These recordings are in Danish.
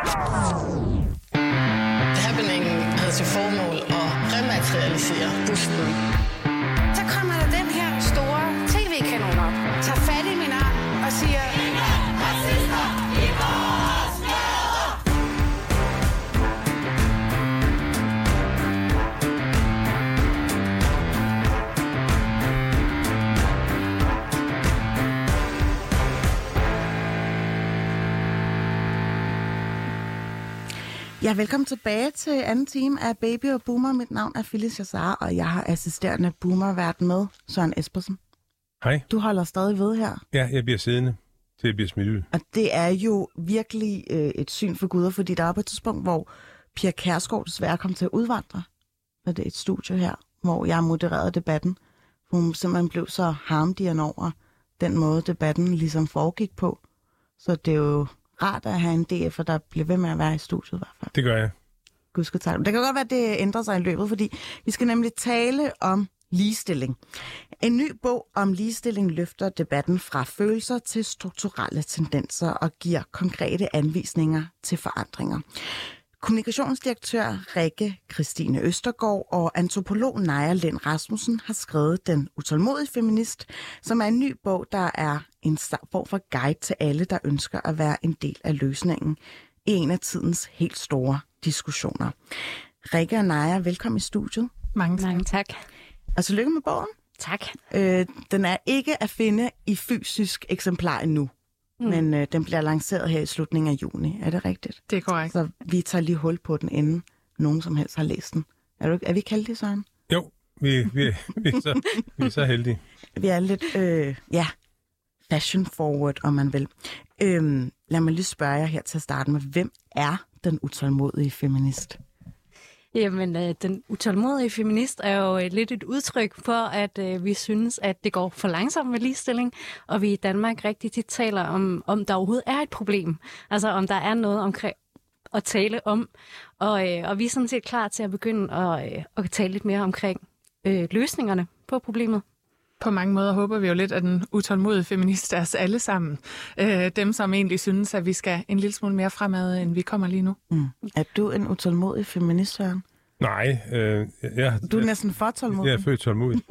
Happeningen havde til formål at rematerialisere busten. Så kommer der den her store tv-kanon op, tager fat i min arm og siger: racister i vores gader! Ja, velkommen tilbage til anden time af Baby og Boomer. Mit navn er Phyllis Jassar, og jeg har assisterende boomervært med, Søren Espersen. Hej. Du holder stadig ved her. Ja, jeg bliver siddende, til jeg bliver smidt ud. Og det er jo virkelig et syn for guder, fordi der er på et tidspunkt, hvor Pia Kjærsgaard desværre kom til at udvandre. Og det er et studie her, hvor jeg modererede debatten. Hun simpelthen blev så harmdirrende over den måde, debatten ligesom foregik på. Så det er jo rart at have en DF'er, der bliver ved med at være i studiet i hvert fald. Det gør jeg. Gud skal tage. Det kan godt være, at det ændrer sig i løbet, fordi vi skal nemlig tale om ligestilling. En ny bog om ligestilling løfter debatten fra følelser til strukturelle tendenser og giver konkrete anvisninger til forandringer. Kommunikationsdirektør Rikke Christine Østergaard og antropolog Naja Lind Rasmussen har skrevet Den utålmodige feminist, som er en ny bog, der er en form for guide til alle, der ønsker at være en del af løsningen i en af tidens helt store diskussioner. Rikke og Naja, velkommen i studiet. Mange tak. Og tillykke med bogen. Tak. Den er ikke at finde i fysisk eksemplar endnu. Men den bliver lanceret her i slutningen af juni. Er det rigtigt? Det er korrekt. Så vi tager lige hul på den, inden nogen som helst har læst den. Er vi ikke heldige, Søren? Jo, vi er så heldige. Vi er lidt, fashion forward, om man vil. Lad mig lige spørge jer her til at starte med. Hvem er den utålmodige feminist? Jamen, den utålmodige feminist er jo lidt et udtryk for, at vi synes, at det går for langsomt med ligestilling, og vi i Danmark rigtig tit taler om der overhovedet er et problem. Altså, om der er noget omkring at tale om, og vi er sådan set klar til at begynde at tale lidt mere omkring løsningerne på problemet. På mange måder håber vi jo lidt, at den utålmodige feminist er os alle sammen. Dem, som egentlig synes, at vi skal en lille smule mere fremad, end vi kommer lige nu. Er du en utålmodig feminist, Søren? Nej, Du er næsten for tålmodig. Jeg er født tålmodig.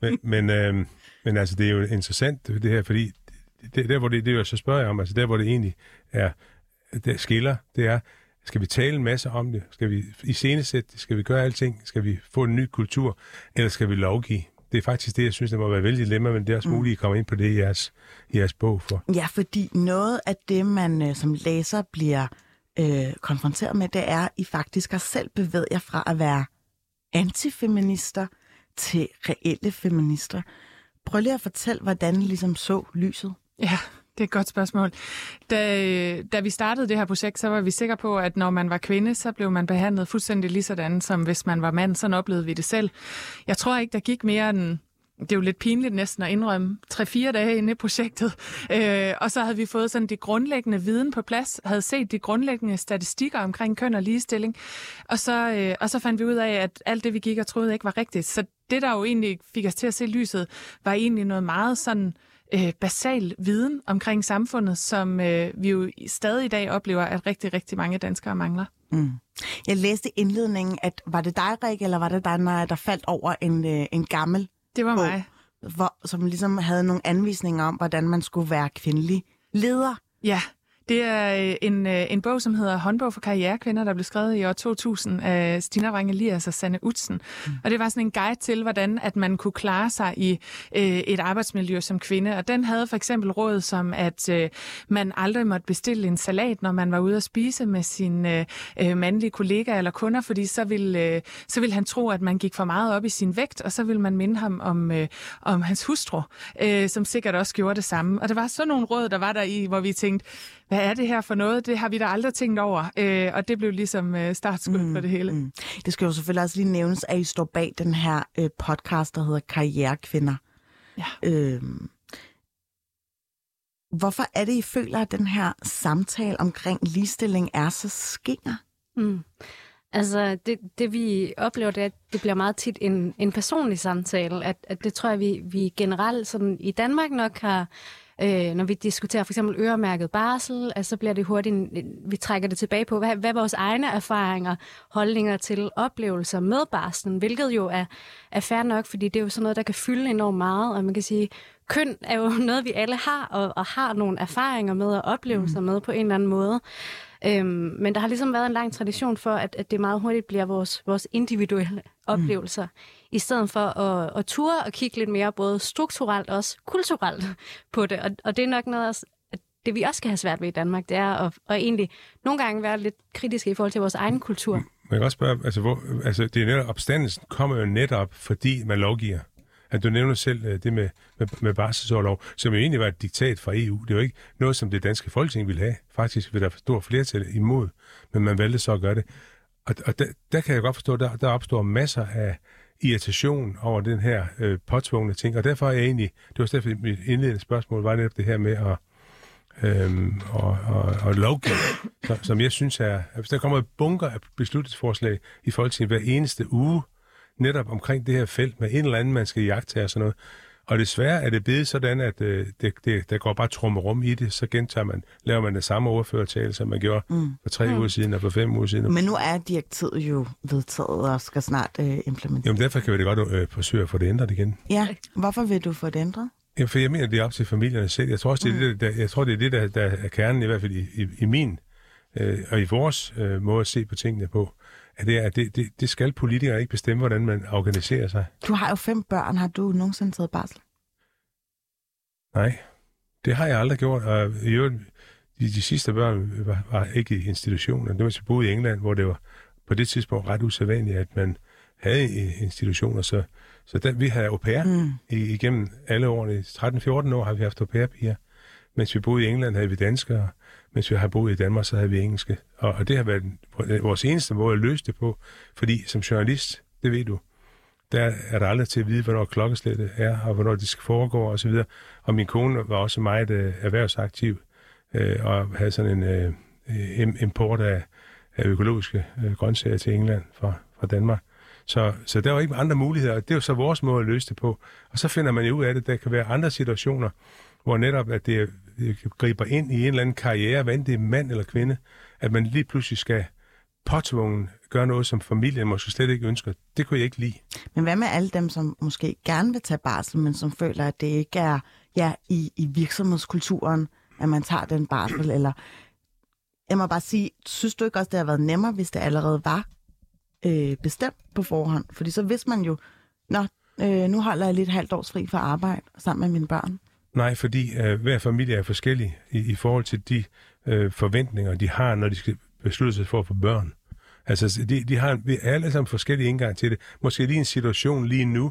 men altså, det er jo interessant, det her, fordi der, hvor det er jo så spørger jeg om, altså der, hvor det egentlig er, der skiller, det er, skal vi tale en masse om det? Skal vi iscenesætte det? Skal vi gøre alting? Skal vi få en ny kultur? Eller skal vi lovgive? Det er faktisk det, jeg synes, det må være vældig dilemma, men det er også muligt, at I kommer ind på det i jeres bog for. Ja, fordi noget af det, man som læser bliver konfronteret med, det er, at I faktisk har selv bevæget jer fra at være antifeminister til reelle feminister. Prøv lige at fortælle, hvordan I ligesom så lyset. Ja, det er et godt spørgsmål. Da vi startede det her projekt, så var vi sikre på, at når man var kvinde, så blev man behandlet fuldstændig lige sådan, som hvis man var mand. Sådan oplevede vi det selv. Jeg tror ikke, der gik mere end, det er jo lidt pinligt næsten at indrømme, 3-4 dage inde i projektet. Og så havde vi fået sådan de grundlæggende viden på plads, havde set de grundlæggende statistikker omkring køn og ligestilling. Og så fandt vi ud af, at alt det, vi gik og troede, ikke var rigtigt. Så det, der jo egentlig fik os til at se lyset, var egentlig noget meget sådan basal viden omkring samfundet, som vi jo stadig i dag oplever, at rigtig, rigtig mange danskere mangler. Jeg læste i indledningen, at var det dig, Rikke, eller var det dig, der faldt over en gammel Det var mig. Som ligesom havde nogle anvisninger om, hvordan man skulle være kvindelig leder. Ja, det er en bog, som hedder Håndbog for karrierekvinder, der blev skrevet i år 2000 af Stina Wrang Elias og Sanne Utzen. Og det var sådan en guide til, hvordan at man kunne klare sig i et arbejdsmiljø som kvinde. Og den havde for eksempel råd som, at man aldrig måtte bestille en salat, når man var ude at spise med sine mandlige kollegaer eller kunder, fordi så ville han tro, at man gik for meget op i sin vægt, og så ville man minde ham om hans hustru, som sikkert også gjorde det samme. Og der var sådan nogle råd, der var der i, hvor vi tænkte, hvad er det her for noget? Det har vi da aldrig tænkt over. Og det blev ligesom startskuddet for det hele. Det skal jo selvfølgelig også lige nævnes, at I står bag den her podcast, der hedder Karrierekvinder. Ja. Hvorfor er det, I føler, at den her samtale omkring ligestilling er så skinger? Altså, det vi oplever, det er, at det bliver meget tit en personlig samtale. At det tror jeg, vi generelt sådan, i Danmark nok har Når vi diskuterer for eksempel øremærket barsel, altså, så bliver det hurtigt, vi trækker det tilbage på, hvad vores egne erfaringer, holdninger til oplevelser med barslen, hvilket jo er fair nok, fordi det er jo sådan noget, der kan fylde enormt meget, og man kan sige, køn er jo noget, vi alle har, og har nogle erfaringer med og oplevelser med på en eller anden måde. Men der har ligesom været en lang tradition for, at det meget hurtigt bliver vores individuelle oplevelser, i stedet for at ture og kigge lidt mere både strukturelt og også kulturelt på det. Og det er nok noget, at det vi også skal have svært ved i Danmark, det er at egentlig nogle gange være lidt kritiske i forhold til vores egen kultur. Man kan også spørge, altså det er netop, opstandelsen kommer jo netop, fordi man lovgiver. At du nævner selv det med barselsorlov, som jo egentlig var et diktat fra EU. Det er jo ikke noget, som det danske Folketing ville have. Faktisk vil der være stor flertal imod, men man valgte så at gøre det. Og der kan jeg godt forstå, at der opstår masser af irritation over den her påtvungne ting. Og derfor er jeg egentlig, det var derfor mit indledende spørgsmål, var netop det her med at lovgive, som jeg synes er... Hvis der kommer et bunker af beslutningsforslag i Folketinget hver eneste uge, netop omkring det her felt med en eller anden, man skal iagttage og sådan noget. Og desværre er det blevet sådan, at der går bare trummerum i det, så laver man det samme ordførertale, som man gjorde for 3 uger siden og for 5 uger siden. Men nu er direktivet jo vedtaget og skal snart implementeres. Jamen derfor kan vi det godt forsøge at få det ændret igen. Ja, hvorfor vil du få det ændret? Jamen, for jeg mener, det er op til familierne selv. Jeg tror også, det er det, der er kernen, i hvert fald i min og i vores måde at se på tingene på. Det skal politikere ikke bestemme, hvordan man organiserer sig. Du har jo 5 børn. Har du nogensinde taget barsel? Nej, det har jeg aldrig gjort. Og i øvrigt, de sidste børn var ikke i institutioner. Det var så boede i England, hvor det var på det tidspunkt ret usædvanligt, at man havde institutioner. Så vi havde au pair igennem alle årene. 13-14 år har vi haft au pair-piger. Mens vi boede i England, havde vi danskere. Mens vi har boet i Danmark, så havde vi engelske. Og det har været vores eneste måde at løse det på. Fordi som journalist, det ved du, der er der aldrig til at vide, hvornår klokkeslættet er, og hvornår det skal foregå osv. Og min kone var også meget erhvervsaktiv, og havde sådan en import af økologiske grøntsager til England fra Danmark. Så der var ikke andre muligheder, og det er jo så vores måde at løse det på. Og så finder man jo ud af det, der kan være andre situationer, hvor netop at det griber ind i en eller anden karriere, hvad enten det er mand eller kvinde, at man lige pludselig skal påtvungen gøre noget, som familien måske slet ikke ønsker. Det kunne jeg ikke lide. Men hvad med alle dem, som måske gerne vil tage barsel, men som føler, at det ikke er i virksomhedskulturen, at man tager den barsel? Eller jeg må bare sige, synes du ikke også, det har været nemmere, hvis det allerede var bestemt på forhånd? Fordi så vidste man jo, nu holder jeg lidt halvt års fri for arbejde sammen med mine børn. Nej, fordi hver familie er forskellig i forhold til de forventninger, de har, når de skal beslutte sig for at få børn. Altså, vi er alle sammen forskellige indgang til det. Måske lige en situation lige nu,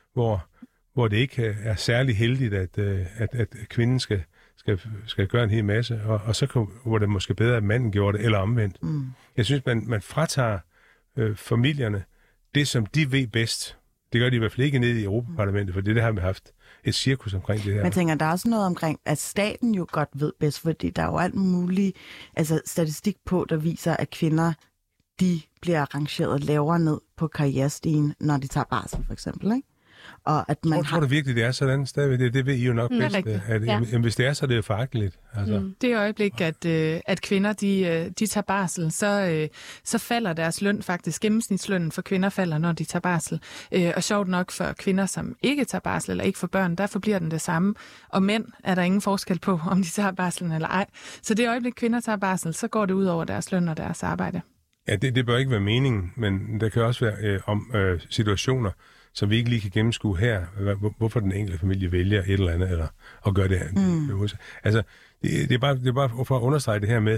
hvor det ikke er særlig heldigt, at kvinden skal gøre en hel masse, og så var det måske bedre, at manden gjorde det, eller omvendt. Jeg synes, man fratager familierne det, som de ved bedst. Det gør de i hvert fald ikke nede i Europaparlamentet, for det har vi haft et cirkus omkring det her. Men tænker, der er også noget omkring, at staten jo godt ved bedst, fordi der er jo alt muligt statistik på, der viser, at kvinder, de bliver rangeret lavere ned på karrierestigen, når de tager barsel, for eksempel, ikke? Og at man tror du virkelig, det er sådan stadigvæk? Det ved I jo nok bedst. Jamen, hvis det er, så er det jo foragteligt. Altså. Det øjeblik, at kvinder de tager barsel, så falder deres løn faktisk. Gennemsnitslønnen for kvinder falder, når de tager barsel. Og sjovt nok for kvinder, som ikke tager barsel eller ikke får børn, derfor bliver den det samme. Og mænd er der ingen forskel på, om de tager barselen eller ej. Så det øjeblik, kvinder tager barsel, så går det ud over deres løn og deres arbejde. Ja, det bør ikke være meningen, men der kan også være situationer, som vi ikke lige kan gennemskue her, hvorfor den enkelte familie vælger et eller andet, eller at gøre det her. Altså, det er bare for at understrege det her med,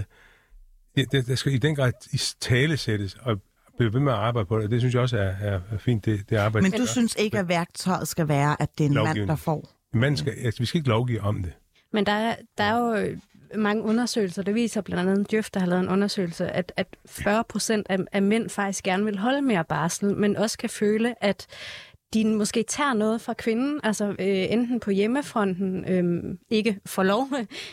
der skal i den grad talesættes, og blive ved med at arbejde på det. Det synes jeg også er fint, det arbejde. Men du synes ikke, at værktøjet skal være, at det er en mand, der får? Vi skal ikke lovgive om det. Men der er jo mange undersøgelser, der viser blandt andet Djøf, der har lavet en undersøgelse, at 40% af mænd faktisk gerne vil holde mere barsel, men også kan føle, at de måske tager noget fra kvinden, altså enten på hjemmefronten ikke får lov,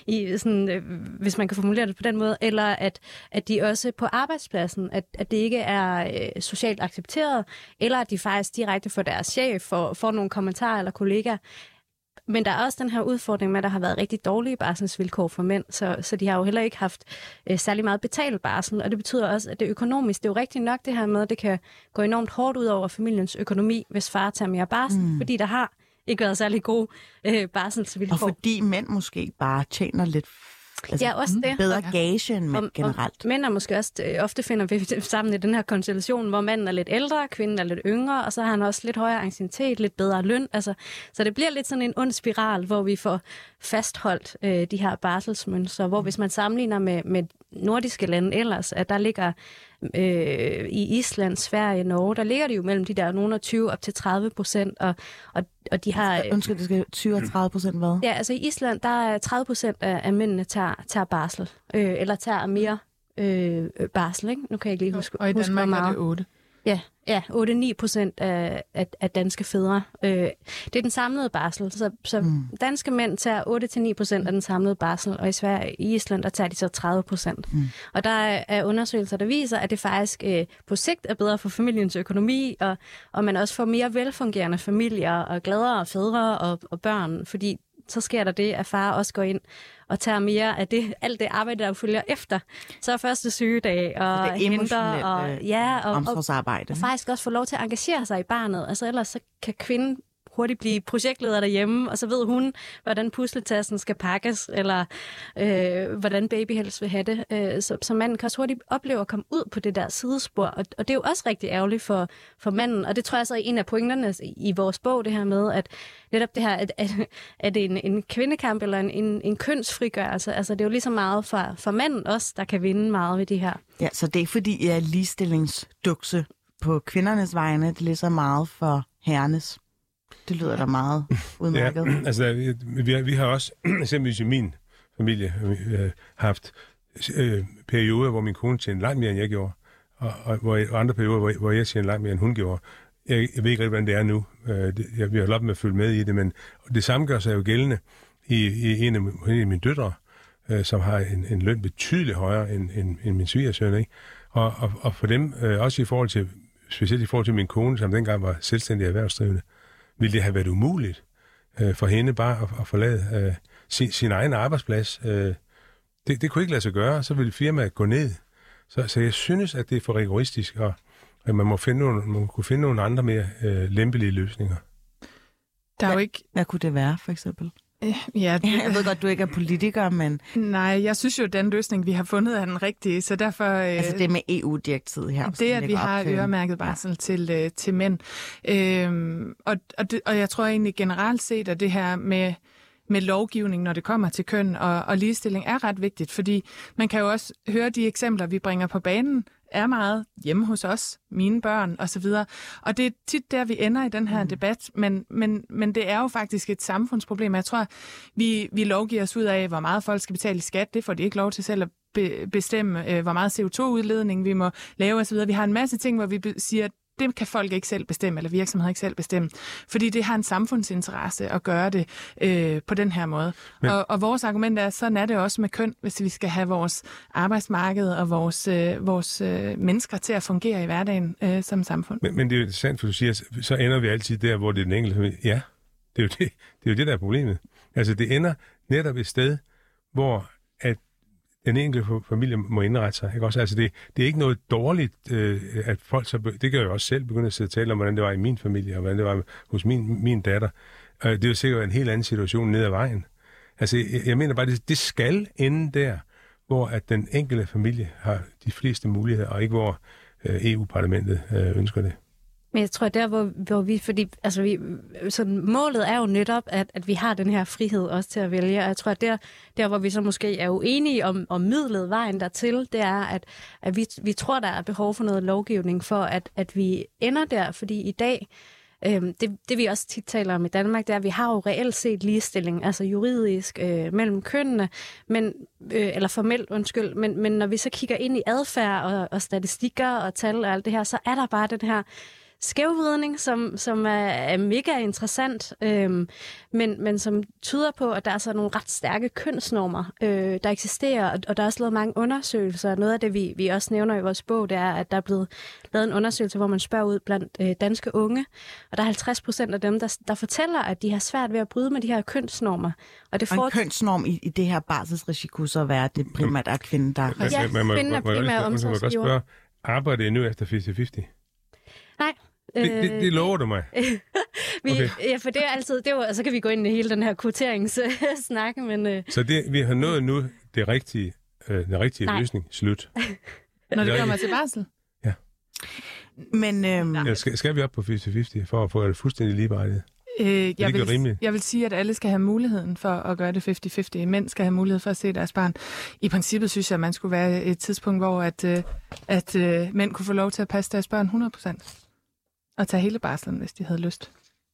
hvis man kan formulere det på den måde, eller at de også på arbejdspladsen, at det ikke er socialt accepteret, eller at de faktisk direkte for deres chef får nogle kommentarer eller kollegaer. Men der er også den her udfordring med, at der har været rigtig dårlige barselsvilkår for mænd, så de har jo heller ikke haft særlig meget betalt barsel, og det betyder også, at det økonomisk, det er jo rigtigt nok det her med, at det kan gå enormt hårdt ud over familiens økonomi, hvis far tager mere barsel, fordi der har ikke været særlig gode barselsvilkår. Og fordi mænd måske bare tjener lidt også det. Bedre gage end mænd generelt. Og mænd er måske også, ofte finder vi sammen i den her konstellation, hvor manden er lidt ældre, kvinden er lidt yngre, og så har han også lidt højere anciennitet, lidt bedre løn. Altså, så det bliver lidt sådan en ond spiral, hvor vi får fastholdt de her barselsmønstre, hvor hvis man sammenligner med nordiske lande ellers, at der ligger i Island, Sverige, Norge, der ligger det jo mellem de der nogle 20 op til 30%, og de har... Undskyld, det skal 20-30% hvad? Ja, altså i Island, der er 30% af mændene tager barsel, eller tager mere barsel, ikke? Nu kan jeg ikke lige huske, og i Danmark meget. er det 8. Ja, 8-9% af danske fædre. Det er den samlede barsel, så danske mænd tager 8-9% af den samlede barsel, og i Sverige, i Island, der tager de så 30%. Og der er undersøgelser, der viser, at det faktisk på sigt er bedre for familiens økonomi, og man også får mere velfungerende familier, og gladere fædre og børn, fordi så sker der det, at far også går ind og tager mere af alt det arbejde, der følger efter. Så første sygedag og henter og omsorgsarbejde. Og faktisk også få lov til at engagere sig i barnet. Altså ellers så kan kvinden hurtigt blive projektleder derhjemme, og så ved hun, hvordan pusletassen skal pakkes, eller hvordan baby helst vil have det. Så manden kan også hurtigt opleve at komme ud på det der sidespor, og det er jo også rigtig ærgerligt for manden, og det tror jeg så er en af pointerne i vores bog, det her med, at netop det her, at det er en kvindekamp eller en kønsfrigørelse, altså det er jo lige så meget for manden også, der kan vinde meget ved det her. Ja, så det er ikke fordi, jeg er ligestillingsdukse på kvindernes vegne, det er lige så meget for herrenes. Det lyder da meget udmærket. Ja, altså vi har også, eksempelvis i min familie, haft perioder, hvor min kone tjente langt mere, end jeg gjorde, og andre perioder, hvor jeg tjente langt mere, end hun gjorde. Jeg ved ikke rigtig, hvordan det er nu. Vi har lov med at følge med i det, men det samme gør sig jo gældende i en af mine døtre, som har en løn betydeligt højere end min svigersøn, ikke? Og for dem, også specielt i forhold til min kone, som dengang var selvstændig erhvervsdrivende, ville det have været umuligt for hende bare at forlade sin egen arbejdsplads. Det kunne ikke lade sig gøre, så ville firmaet gå ned. Så jeg synes, at det er for rigoristisk, og at man kunne finde nogle andre mere lempelige løsninger. Der er jo ikke... Hvad kunne det være, for eksempel? Ja, jeg ved godt, du ikke er politiker, men... Nej, jeg synes jo, at den løsning, vi har fundet, er den rigtige, så derfor... Altså det med EU-direktivet her. Det, at vi har øremærket barsel til mænd. Og jeg tror egentlig generelt set, at det her med lovgivning, når det kommer til køn og ligestilling, er ret vigtigt, fordi man kan jo også høre de eksempler, vi bringer på banen, er meget hjemme hos os, mine børn osv. Og det er tit der, vi ender i den her debat, men det er jo faktisk et samfundsproblem. Jeg tror, vi lovgiver os ud af, hvor meget folk skal betale i skat. Det får de ikke lov til selv at bestemme, hvor meget CO2-udledning vi må lave osv. Vi har en masse ting, hvor vi siger, det kan folk ikke selv bestemme, eller virksomheder ikke selv bestemme. Fordi det har en samfundsinteresse at gøre det på den her måde. Og vores argument er, sådan er det også med køn, hvis vi skal have vores arbejdsmarked og vores mennesker til at fungere i hverdagen som samfund. Men det er jo interessant, for du siger, så ender vi altid der, hvor det er den enkelte familie. Ja, det er jo det, der er problemet. Altså det ender netop et sted, hvor at den enkelte familie må indrette sig. Ikke? Også, altså det er ikke noget dårligt, at folk så... Det kan jeg jo også selv begynde at sidde og tale om, hvordan det var i min familie, og hvordan det var hos min datter. Det er jo sikkert en helt anden situation ned ad vejen. Altså, jeg mener bare, det skal ende der, hvor at den enkelte familie har de fleste muligheder, og ikke hvor EU-parlamentet ønsker det. Men jeg tror, der hvor vi, fordi altså sådan, målet er jo netop, at vi har den her frihed også til at vælge. Og jeg tror, at der hvor vi så måske er uenige om midlet, vejen dertil, det er, at vi tror, der er behov for noget lovgivning for, at vi ender der. Fordi i dag, det vi også tit taler om i Danmark, det er, at vi har jo reelt set ligestilling, altså juridisk mellem kønnene, eller formelt, undskyld. Men når vi så kigger ind i adfærd og statistikker og tal og alt det her, så er der bare den her skævvridning, som er mega interessant, men som tyder på, at der er så nogle ret stærke kønsnormer, der eksisterer, og der er også lavet mange undersøgelser. Noget af det, vi også nævner i vores bog, det er, at der er blevet lavet en undersøgelse, hvor man spørger ud blandt danske unge, og der er 50% af dem, der fortæller, at de har svært ved at bryde med de her kønsnormer. Og en kønsnorm i det her barselsregi kunne så være, det primært er kvinden, der... Ja, kvinden er primært omsorgsgiver. Arbejder I nu efter 50-50? Nej. Det lover du mig. Okay. Ja, for det er altid... så kan vi gå ind i hele den her kvoteringssnakke, men... Så vi har nået nu den rigtige løsning. Slut. Når det kommer til barsel? Ja. Men... Skal vi op på 50-50 for at få det fuldstændig ligeberettet? Jeg vil sige, at alle skal have muligheden for at gøre det 50-50. Mænd skal have mulighed for at se deres barn. I princippet synes jeg, at man skulle være et tidspunkt, hvor at mænd kunne få lov til at passe deres børn 100%. Og tage hele barslen, hvis de havde lyst.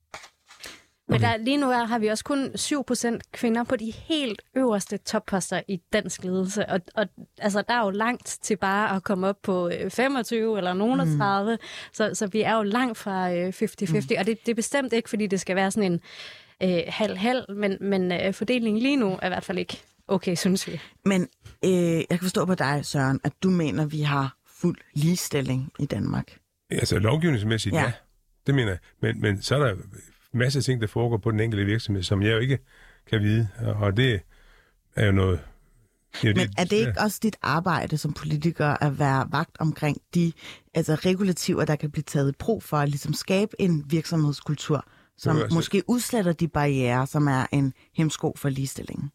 Men lige nu har vi også kun 7% kvinder på de helt øverste topposter i dansk ledelse. Og altså, der er jo langt til bare at komme op på 25 eller nogen af 30. Så vi er jo langt fra 50-50. Og det er bestemt ikke, fordi det skal være sådan en halv-halv, men fordelingen lige nu er i hvert fald ikke okay, synes vi. Men jeg kan forstå på dig, Søren, at du mener, at vi har fuld ligestilling i Danmark. Altså lovgivningsmæssigt, ja. Det mener jeg. Men så er der masser af ting, der foregår på den enkelte virksomhed, som jeg jo ikke kan vide. Og det er jo noget... Men er det ikke også dit arbejde som politiker at være vagt omkring de regulativer, der kan blive taget i brug for at ligesom skabe en virksomhedskultur, som måske udsletter de barrierer, som er en hæmsko for ligestillingen?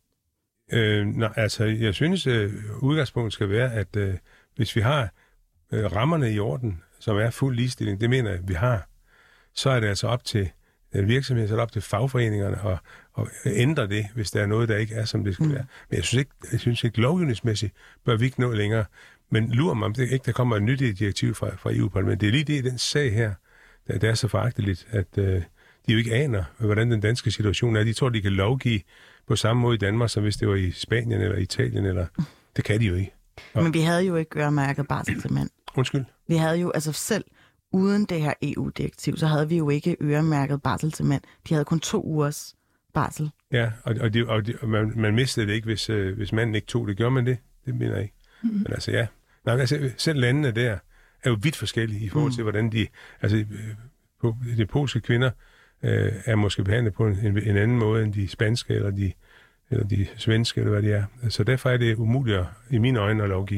Jeg synes, udgangspunktet skal være, at hvis vi har rammerne i orden, som er fuld ligestilling, det mener jeg, vi har, så er det altså op til virksomheden, så er det op til fagforeningerne at ændre det, hvis der er noget, der ikke er, som det skal være. Men jeg synes ikke lovgivningsmæssigt bør vi ikke nå længere. Men lurer mig, om det ikke der kommer et nyt direktiv fra EU-parlamentet. Det er lige det i den sag her, der er så foragteligt, at de jo ikke aner, hvordan den danske situation er. De tror, de kan lovgive på samme måde i Danmark, som hvis det var i Spanien eller Italien, eller det kan de jo ikke. Men vi havde jo ikke øremærket barsel til mænd. Undskyld? Vi havde jo selv uden det her EU-direktiv, så havde vi jo ikke øremærket barsel til mænd. De havde kun 2 ugers barsel. Ja, og man mistede det ikke, hvis manden ikke tog det. Gør man det? Det mener jeg ikke. Men altså, ja. Selv landene der er jo vidt forskellige i forhold til, hvordan de... Altså, de polske kvinder er måske behandlet på en anden måde end de spanske, eller de svenske, eller hvad de er. Så derfor er det umuligt i mine øjne at lovgive.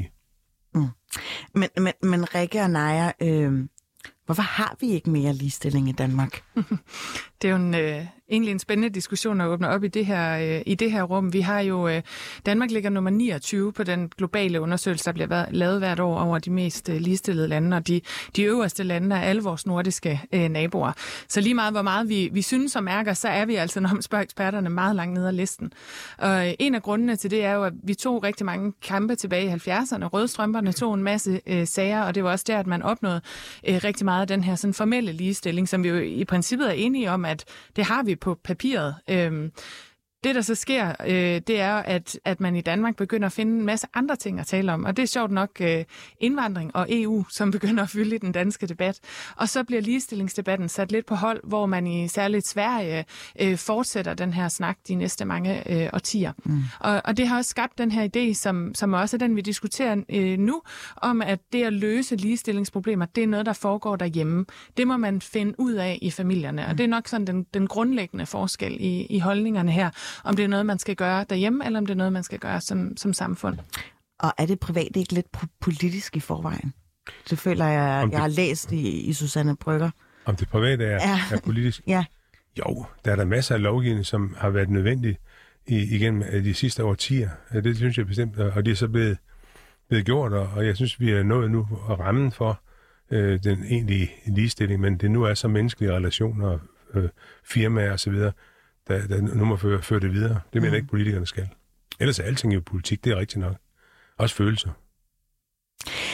Men Rikke og Naja, hvorfor har vi ikke mere ligestilling i Danmark? Det er jo egentlig en spændende diskussion at åbne op i det her rum. Vi har jo, Danmark ligger nummer 29 på den globale undersøgelse, der bliver lavet hvert år over de mest ligestillede lande, og de øverste lande er alle vores nordiske naboer. Så lige meget, hvor meget vi synes og mærker, så er vi altså, når man spørger eksperterne, meget langt nede ad listen. Og en af grundene til det er jo, at vi tog rigtig mange kampe tilbage i 70'erne. Rødstrømperne tog en masse sager, og det var også der, at man opnåede rigtig meget af den her sådan formelle ligestilling, som vi jo i princippet er enige om, at det har vi på papiret. Det, der så sker, det er, at man i Danmark begynder at finde en masse andre ting at tale om. Og det er sjovt nok indvandring og EU, som begynder at fylde i den danske debat. Og så bliver ligestillingsdebatten sat lidt på hold, hvor man i særligt Sverige fortsætter den her snak de næste mange årtier. Og det har også skabt den her idé, som også er den, vi diskuterer nu, om at det at løse ligestillingsproblemer, det er noget, der foregår derhjemme. Det må man finde ud af i familierne. Og det er nok sådan den grundlæggende forskel i holdningerne her. Om det er noget, man skal gøre derhjemme, eller om det er noget, man skal gøre som samfund. Og er det private ikke lidt politisk i forvejen? Det føler jeg har læst i Susanne Brøgger. Om det private er politisk? Ja. Jo, der er der masser af lovgivning, som har været nødvendig igennem de sidste årtier. Det synes jeg bestemt, og det er så blevet gjort, og jeg synes, vi er nået nu at ramme for den egentlige ligestilling, men det nu er så menneskelige relationer, firmaer og så videre, der nu må føre det videre. Det mener ikke, politikerne skal. Ellers er alting jo politik, det er rigtigt nok. Også følelser.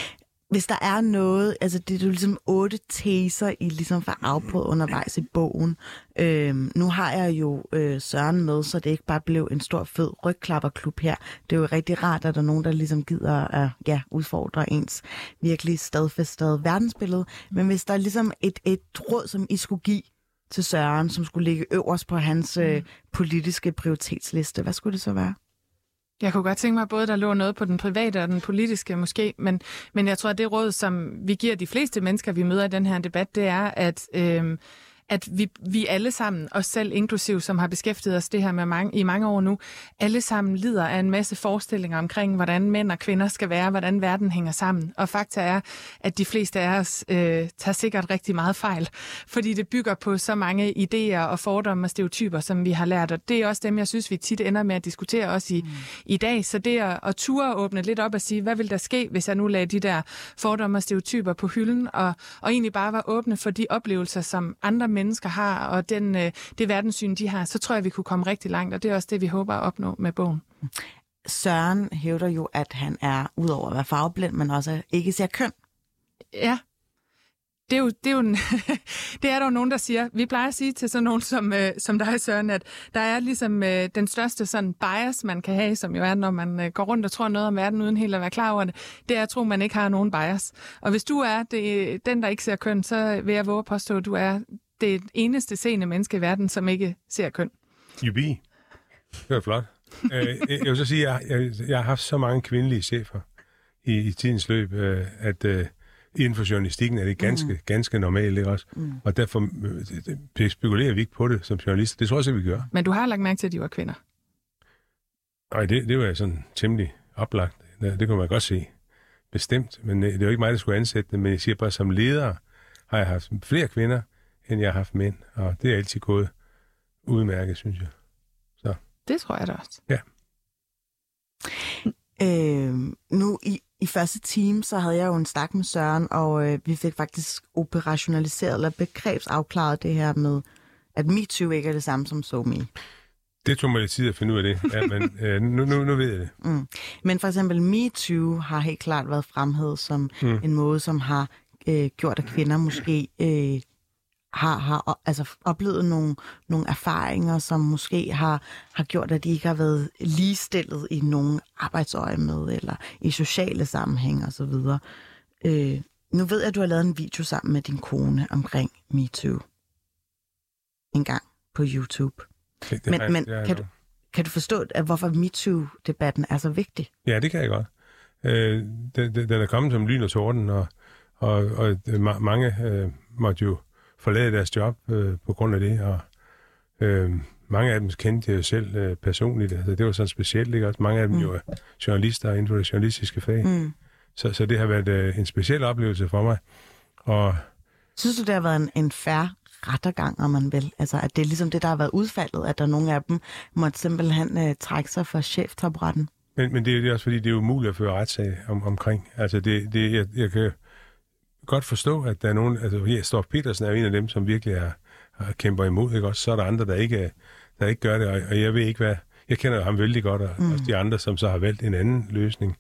hvis der er noget, altså det er jo ligesom 8 teser, I ligesom får afprøvet undervejs i bogen. Nu har jeg jo Søren med, så det ikke bare blev en stor fed rygklapperklub her. Det er jo rigtig rart, at der er nogen, der ligesom gider at udfordre ens virkelig stadfæstede verdensbillede. Men hvis der er ligesom et råd, som I skulle give til Søren, som skulle ligge øverst på hans politiske prioritetsliste, hvad skulle det så være? Jeg kunne godt tænke mig, både der lå noget på den private og den politiske måske, men jeg tror, at det råd, som vi giver de fleste mennesker, vi møder i den her debat, det er, at vi alle sammen, os selv inklusiv, som har beskæftiget os det her med i mange år nu, alle sammen lider af en masse forestillinger omkring, hvordan mænd og kvinder skal være, hvordan verden hænger sammen. Og fakta er, at de fleste af os tager sikkert rigtig meget fejl, fordi det bygger på så mange idéer og fordomme og stereotyper, som vi har lært. Og det er også dem, jeg synes, vi tit ender med at diskutere også i dag. Så det at ture åbne lidt op og sige, hvad vil der ske, hvis jeg nu lagde de der fordomme og stereotyper på hylden, og egentlig bare var åbne for de oplevelser, som andre mennesker har, og det verdenssyn, de har, så tror jeg, vi kunne komme rigtig langt, og det er også det, vi håber at opnå med bogen. Søren hævder jo, at han er, udover at være farveblind, men også ikke ser køn. Ja. Det er der jo nogen, der siger. Vi plejer at sige til sådan nogen som dig, Søren, at der er ligesom den største sådan bias, man kan have, som jo er, når man går rundt og tror noget om verden, uden helt at være klar over det, det er at tro, man ikke har nogen bias. Og hvis du er den, der ikke ser køn, så vil jeg våge at påstå, at du er det eneste seende menneske i verden, som ikke ser køn. Jubi. Det var flot. Jeg vil så sige, at jeg har haft så mange kvindelige chefer i tidens løb, at inden for journalistikken er det ganske normalt, ikke også? Og derfor spekulerer vi ikke på det som journalister. Det tror jeg også, vi gør. Men du har lagt mærke til, at de var kvinder? Nej, det var sådan temmelig oplagt. Det kunne man godt se. Bestemt. Men det er jo ikke mig, der skulle ansætte det. Men jeg siger bare, som leder har jeg haft flere kvinder, end jeg har haft mænd. Og det er altid gået udmærket, synes jeg. Så. Det tror jeg da også. Ja. Nu i første time, så havde jeg jo en snak med Søren, og vi fik faktisk operationaliseret eller begrebsafklaret det her med, at MeToo ikke er det samme som SoMe. Det tog mig lidt tid at finde ud af det, ja, men nu ved jeg det. Men for eksempel MeToo har helt klart været fremhævet som en måde, som har gjort, at kvinder måske har altså oplevet nogle erfaringer, som måske har gjort, at de ikke har været ligestillet i nogle arbejdsøjemed eller i sociale sammenhæng og så videre. Nu ved jeg, at du har lavet en video sammen med din kone omkring MeToo. En gang på YouTube. Men kan du forstå, at hvorfor MeToo-debatten er så vigtig? Ja, det kan jeg godt. Den er kommet som lyn og torden, og mange måtte jo forlade deres job på grund af det, og mange af dem kendte jeg selv personligt. Altså, det var sådan specielt, ikke også? Mange af dem jo er journalister inden for det journalistiske fag. Så det har været en speciel oplevelse for mig. Og synes du, det har været en fair rettergang, om man vil? Altså, at det er ligesom det, der har været udfaldet, at der nogle af dem måtte simpelthen trække sig fra cheftaburetten? Men det er også fordi, det er umuligt at føre retssag omkring. Altså, jeg kan godt forstå, at der er nogen, altså Storff Petersen er jo en af dem, som virkelig kæmper imod, ikke også? Så er der andre, der ikke gør det, og jeg ved ikke hvad. Jeg kender ham vældig godt, og også de andre, som så har valgt en anden løsning.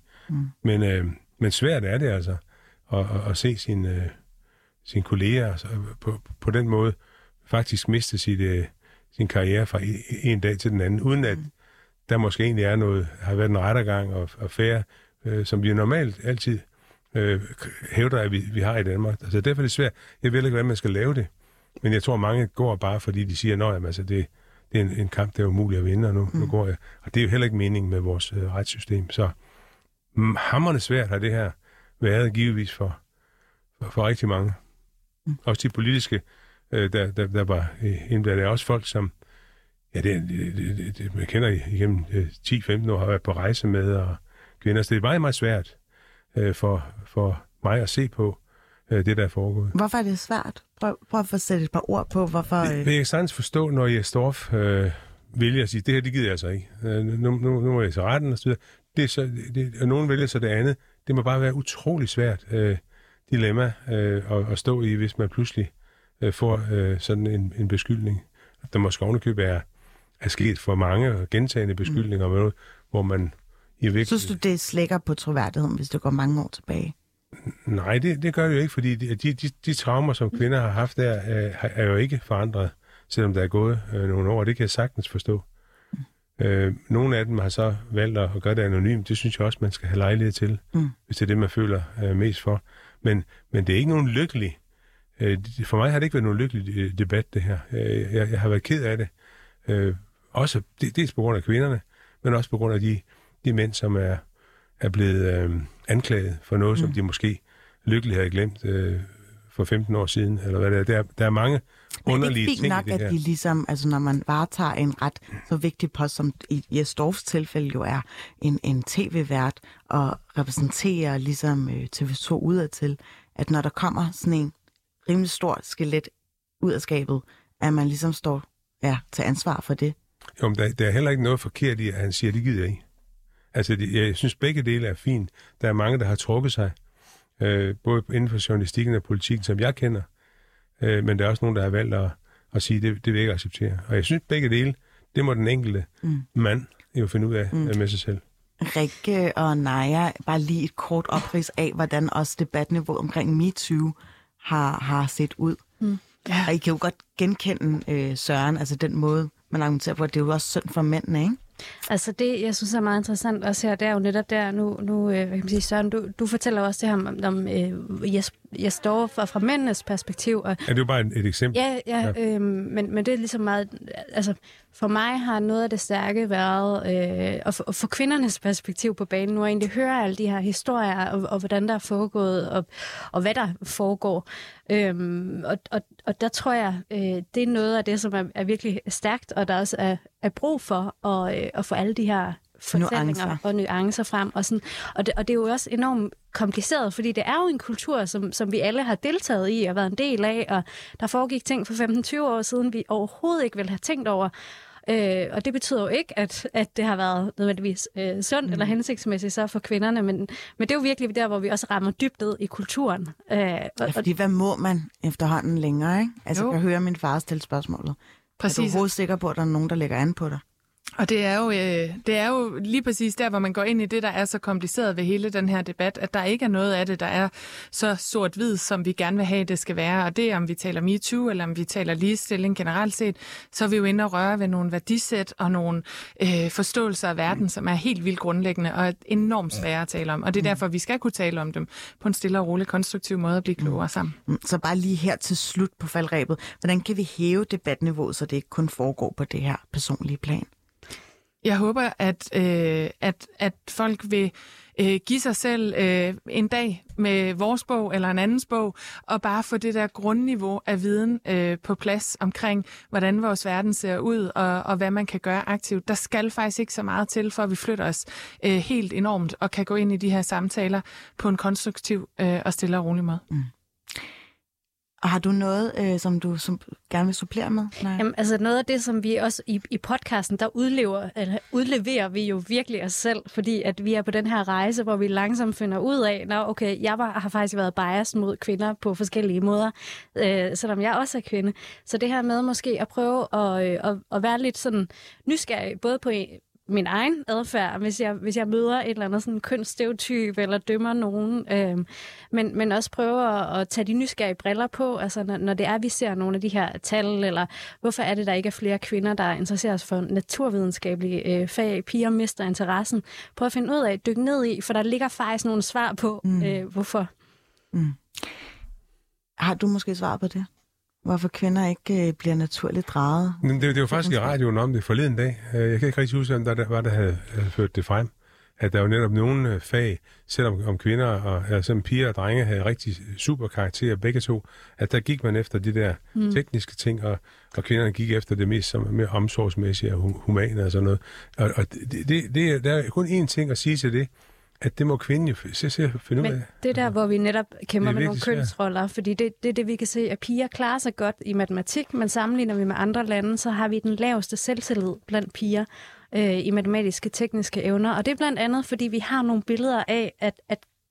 Men svært er det altså, at se sine kolleger altså, på den måde faktisk miste sin karriere fra en dag til den anden, uden at der måske egentlig har været en rettergang og fair, som vi jo normalt altid hævder, at vi har i Danmark. Altså derfor er det svært. Jeg ved ikke, hvordan man skal lave det. Men jeg tror, mange går bare, fordi de siger, at altså, det er en kamp, der er umuligt at vinde, og nu går jeg. Og det er jo heller ikke meningen med vores retssystem. Så hamrende svært har det her været givetvis for rigtig mange. Også de politiske, der var indblandet. Også folk, som man kender igennem 10-15 år, har været på rejse med, og kvinder. Så det er meget, meget svært for mig at se på det, der er foregået. Hvorfor er det svært? Prøv at få sætte et par ord på, hvorfor... Det kan jeg sagtens forstå, når jeg Storff vælger at sige, det her, det gider jeg så ikke. Nu må jeg så retten og så videre. Og nogen vælger så det andet. Det må bare være utrolig svært dilemma at stå i, hvis man pludselig får sådan en beskyldning. Der måske ovenikøbet er sket for mange og gentagende beskyldninger om noget, hvor man i virkeligheden... Synes du, det slækker på troværdigheden, hvis det går mange år tilbage? Nej, det gør det jo ikke, fordi de traumer, som kvinder har haft der, er jo ikke forandret, selvom der er gået nogle år. Det kan jeg sagtens forstå. Nogle af dem har så valgt at gøre det anonymt. Det synes jeg også, man skal have lejlighed til, hvis det er det, man føler mest for. Men det er ikke nogen lykkelig. For mig har det ikke været nogen lykkelig debat, det her. Jeg har været ked af det. Også dels på grund af kvinderne, men også på grund af de mænd, som er blevet anklaget for noget, som de måske lykkeligt havde glemt for 15 år siden, eller hvad det er. Der er mange underlige ting i det her. Det er at de ligesom, altså når man varetager en ret så vigtig post, som i Jes Dorphs tilfælde jo er en tv-vært, og repræsenterer ligesom TV2 udadtil, at når der kommer sådan en rimelig stor skelet ud af skabet, at man ligesom står til ansvar for det. Jo, men der er heller ikke noget forkert i, at han siger, det gider I. Altså, jeg synes, begge dele er fint. Der er mange, der har trukket sig, både inden for journalistikken og politikken, som jeg kender, men der er også nogen, der har valgt at sige, det vil jeg ikke acceptere. Og jeg synes, begge dele, det må den enkelte mand jo finde ud af med sig selv. Rikke og Naja, bare lige et kort oprids af, hvordan også debatniveauet omkring MeToo har set ud. Ja. Og I kan jo godt genkende Søren, altså den måde, man argumenterer på, at det er jo også synd for mændene, ikke? Altså det, jeg synes er meget interessant også her, det er jo netop der, nu hvad kan man sige, Søren, du fortæller også det her om Jes Dorph fra mændenes perspektiv. Og, det er jo bare et eksempel. Ja. Men det er ligesom meget, altså for mig har noget af det stærke været at få kvindernes perspektiv på banen, nu og egentlig høre alle de her historier, og hvordan der er foregået, og hvad der foregår. Og der tror jeg, det er noget af det, som er virkelig stærkt, og der også er brug for at få alle de her fortællinger og nuancer frem. Og det er jo også enormt kompliceret, fordi det er jo en kultur, som vi alle har deltaget i og været en del af, og der foregik ting for 15-20 år siden, vi overhovedet ikke ville have tænkt over. Og det betyder jo ikke, at det har været nødvendigvis sundt eller hensigtsmæssigt så for kvinderne, men det er jo virkelig der, hvor vi også rammer dybt ned i kulturen. Fordi hvad må man efterhånden længere, ikke? Altså, jeg kan høre min far stille spørgsmålet. Præcis. Er du overhovedet sikker på, at der er nogen, der lægger an på dig? Og det er jo lige præcis der, hvor man går ind i det, der er så kompliceret ved hele den her debat, at der ikke er noget af det, der er så sort-hvid, som vi gerne vil have, det skal være. Og det er, om vi taler MeToo, eller om vi taler ligestilling generelt set, så er vi jo inde og røre ved nogle værdisæt og nogle forståelser af verden, som er helt vildt grundlæggende og enormt svære at tale om. Og det er derfor, vi skal kunne tale om dem på en stille og rolig, konstruktiv måde at blive klogere sammen. Så bare lige her til slut på faldrebet. Hvordan kan vi hæve debatniveauet, så det ikke kun foregår på det her personlige plan? Jeg håber, at folk vil give sig selv en dag med vores bog eller en andens bog, og bare få det der grundniveau af viden på plads omkring, hvordan vores verden ser ud, og hvad man kan gøre aktivt. Der skal faktisk ikke så meget til, for at vi flytter os helt enormt, og kan gå ind i de her samtaler på en konstruktiv og stille og rolig måde. Og har du noget, som du gerne vil supplere med? Nej. Jamen, altså noget af det, som vi også i podcasten, der udleverer vi jo virkelig os selv, fordi at vi er på den her rejse, hvor vi langsomt finder ud af, jeg har faktisk været biased mod kvinder på forskellige måder, selvom jeg også er kvinde. Så det her med måske at prøve at være lidt sådan nysgerrig, både på min egen adfærd, hvis jeg møder et eller andet sådan kønsstereotyp eller dømmer nogen, men også prøve at tage de nysgerrige briller på, altså når det er, vi ser nogle af de her tal, eller hvorfor er det, der ikke er flere kvinder, der interesserer sig for naturvidenskabelige fag, piger mister interessen, prøv at finde ud af, dykke ned i, for der ligger faktisk nogle svar på, hvorfor. Har du måske svar på det? Hvorfor kvinder ikke bliver naturligt draget? Men det var faktisk i radioen om det forleden dag. Jeg kan ikke rigtig huske, om der havde ført det frem. At der jo netop nogle fag, selvom kvinder og som piger og drenge havde rigtig super karakterer begge to, at der gik man efter de der tekniske ting, og kvinderne gik efter det mest som mere omsorgsmæssige og humane og sådan noget. Og der er kun én ting at sige til det, at det må kvinden jo finde ud af. Men det er der, hvor vi netop kæmper med nogle kønsroller, fordi det er det, vi kan se, at piger klarer sig godt i matematik, men sammenligner vi med andre lande, så har vi den laveste selvtillid blandt piger i matematiske tekniske evner. Og det er blandt andet, fordi vi har nogle billeder af, at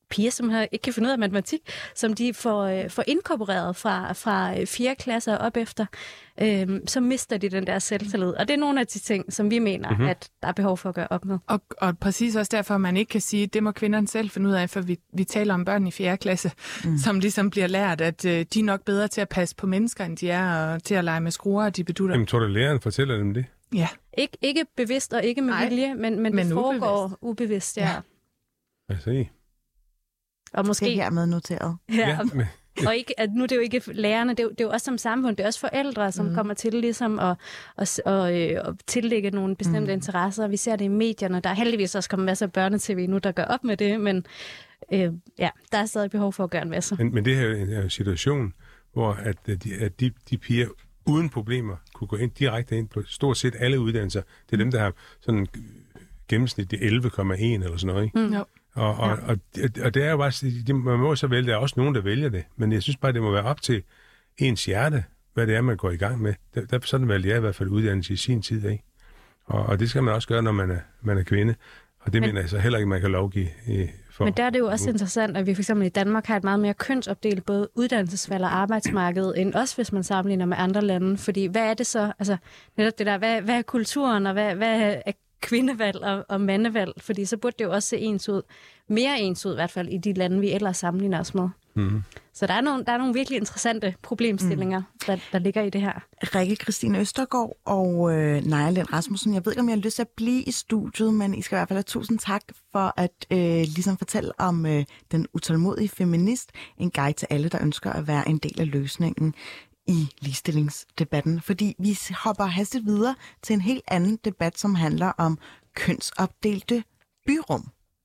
piger, som ikke kan finde ud af matematik, som de får inkorporeret fra 4. klasse og op efter, så mister de den der selvtillid. Og det er nogle af de ting, som vi mener, at der er behov for at gøre op med. Og præcis også derfor, man ikke kan sige, at det må kvinderne selv finde ud af, for vi taler om børn i 4. klasse, som ligesom bliver lært, at de er nok bedre til at passe på mennesker, end de er, og til at lege med skruer og de bedutter. Jamen, tror du, læreren fortæller dem det? Ja. Ikke bevidst og ikke med vilje, men det foregår ubevidst, ja. Altså, og måske det er hermed noteret. Ja, og ikke, at nu er det jo ikke lærerne, det er jo også som samfund, det er også forældre, som kommer til ligesom at tillægge nogle bestemte interesser. Vi ser det i medierne, der er heldigvis også kommet masser af børnetv nu, der gør op med det, men der er stadig behov for at gøre en masse. Men det her er jo en situation, hvor at de piger uden problemer kunne gå direkte ind på stort set alle uddannelser. Det er dem, der har sådan gennemsnit 11,1 eller sådan noget, ikke? Og det er jo bare, man må så vælge, der er også nogen, der vælger det, men jeg synes bare, det må være op til ens hjerte, hvad det er, man går i gang med. Sådan valgte jeg i hvert fald uddannelse i sin tid, ikke? Og det skal man også gøre, når man er kvinde. Og det mener jeg så heller ikke, man kan lovgive for. Men der er det jo også interessant, at vi for eksempel i Danmark har et meget mere kønsopdelt både uddannelsesvalg og arbejdsmarked, end også hvis man sammenligner med andre lande. Fordi hvad er det så? Altså netop det der, hvad er kulturen, og hvad er kvindevalg og mandevalg? Fordi så burde det jo også se ens ud. Mere ens ud i hvert fald i de lande, vi ellers sammenligner os med. Så der er nogle virkelig interessante problemstillinger, der ligger i det her. Rikke Christine Østergaard og Naja Lind Rasmussen, jeg ved ikke, om jeg har lyst til at blive i studiet, men I skal i hvert fald have tusind tak for at ligesom fortælle om den utålmodige feminist, en guide til alle, der ønsker at være en del af løsningen i ligestillingsdebatten. Fordi vi hopper hastigt videre til en helt anden debat, som handler om kønsopdelte byrum.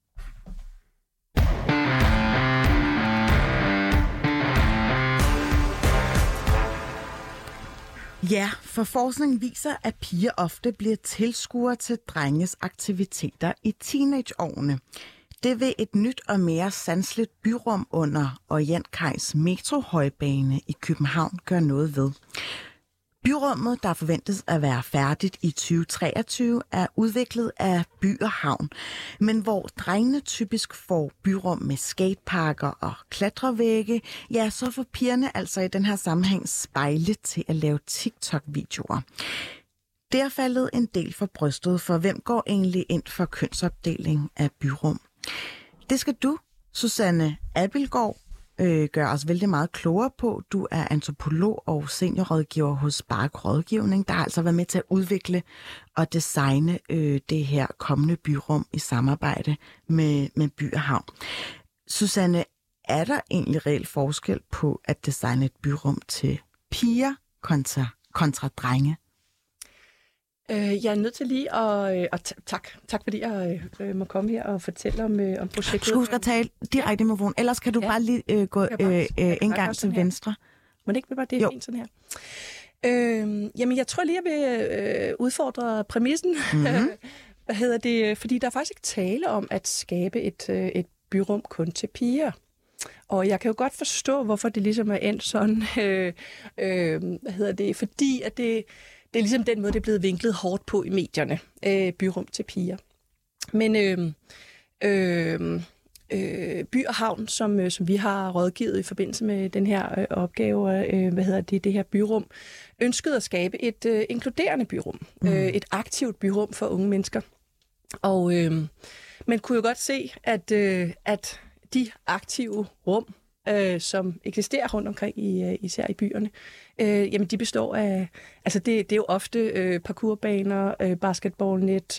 Ja, for forskning viser, at piger ofte bliver tilskuere til drenges aktiviteter i teenageårene. Det vil et nyt og mere sanseligt byrum under Orientkajs metrohøjbane i København gøre noget ved. Byrummet, der forventes at være færdigt i 2023, er udviklet af By og Havn, men hvor drengene typisk får byrum med skateparker og klatrevægge, ja, så får pigerne altså i den her sammenhæng spejle til at lave TikTok-videoer. Det er faldet en del for brystet, for hvem går egentlig ind for kønsopdeling af byrum? Det skal du, Susanne Abildgaard, gør os vældig meget klogere på. Du er antropolog og seniorrådgiver hos Spark Rådgivning, der har altså været med til at udvikle og designe det her kommende byrum i samarbejde med By og Havn. Susanne, er der egentlig reelt forskel på at designe et byrum til piger kontra drenge? Jeg er nødt til lige at tak fordi jeg må komme her og fortælle om projektet. Du skal huske at tale direkte i mikrofonen, ellers kan du bare lige gå en gang til venstre. Må det ikke bare det er fint sådan her? Jamen, jeg tror lige, jeg vil udfordre præmissen. Fordi der er faktisk ikke tale om at skabe et byrum kun til piger. Og jeg kan jo godt forstå, hvorfor det ligesom er endt sådan. Fordi at det er ligesom den måde, det er blevet vinklet hårdt på i medierne. Byrum til piger. Men By og Havn, som vi har rådgivet i forbindelse med den her opgave, det her byrum, ønskede at skabe et inkluderende byrum. Et aktivt byrum for unge mennesker. Og man kunne jo godt se, at de aktive rum, som eksisterer rundt omkring, især i byerne, jamen de består af, altså det er jo ofte parkourbaner, basketballnet,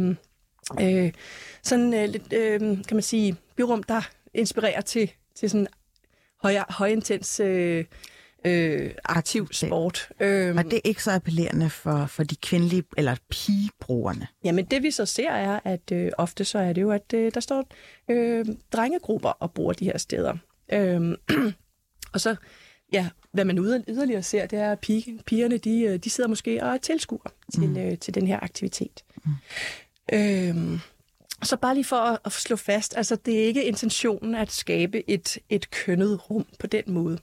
sådan lidt, kan man sige, byrum, der inspirerer til sådan højintens aktiv sport. Og det er ikke så appellerende for de kvindelige eller pigebrugerne? Jamen det vi så ser er, at ofte så er det jo, at der står drengegrupper og bruger de her steder. Og så, ja, hvad man yderligere ser, det er, at pigerne, de sidder måske og tilskuer til den her aktivitet. Så bare lige for at slå fast, altså det er ikke intentionen at skabe et kønnet rum på den måde.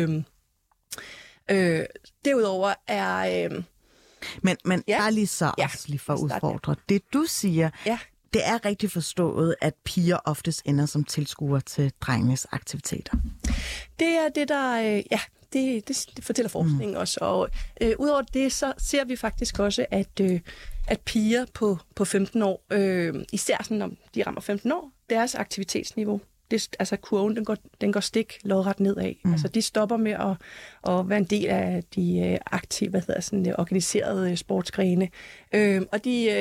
Derudover er... Men ja, bare lige så også lige for at udfordre. Det du siger, det er rigtig forstået, at piger oftest ender som tilskuere til drengenes aktiviteter. Det er det, der... Det fortæller forskningen også. Og udover det, så ser vi faktisk også, at piger på 15 år, især sådan, når de rammer 15 år, deres aktivitetsniveau, altså kurven, den går stik lodret nedad. Altså de stopper med at være en del af de aktive, organiserede sportsgrene. Og de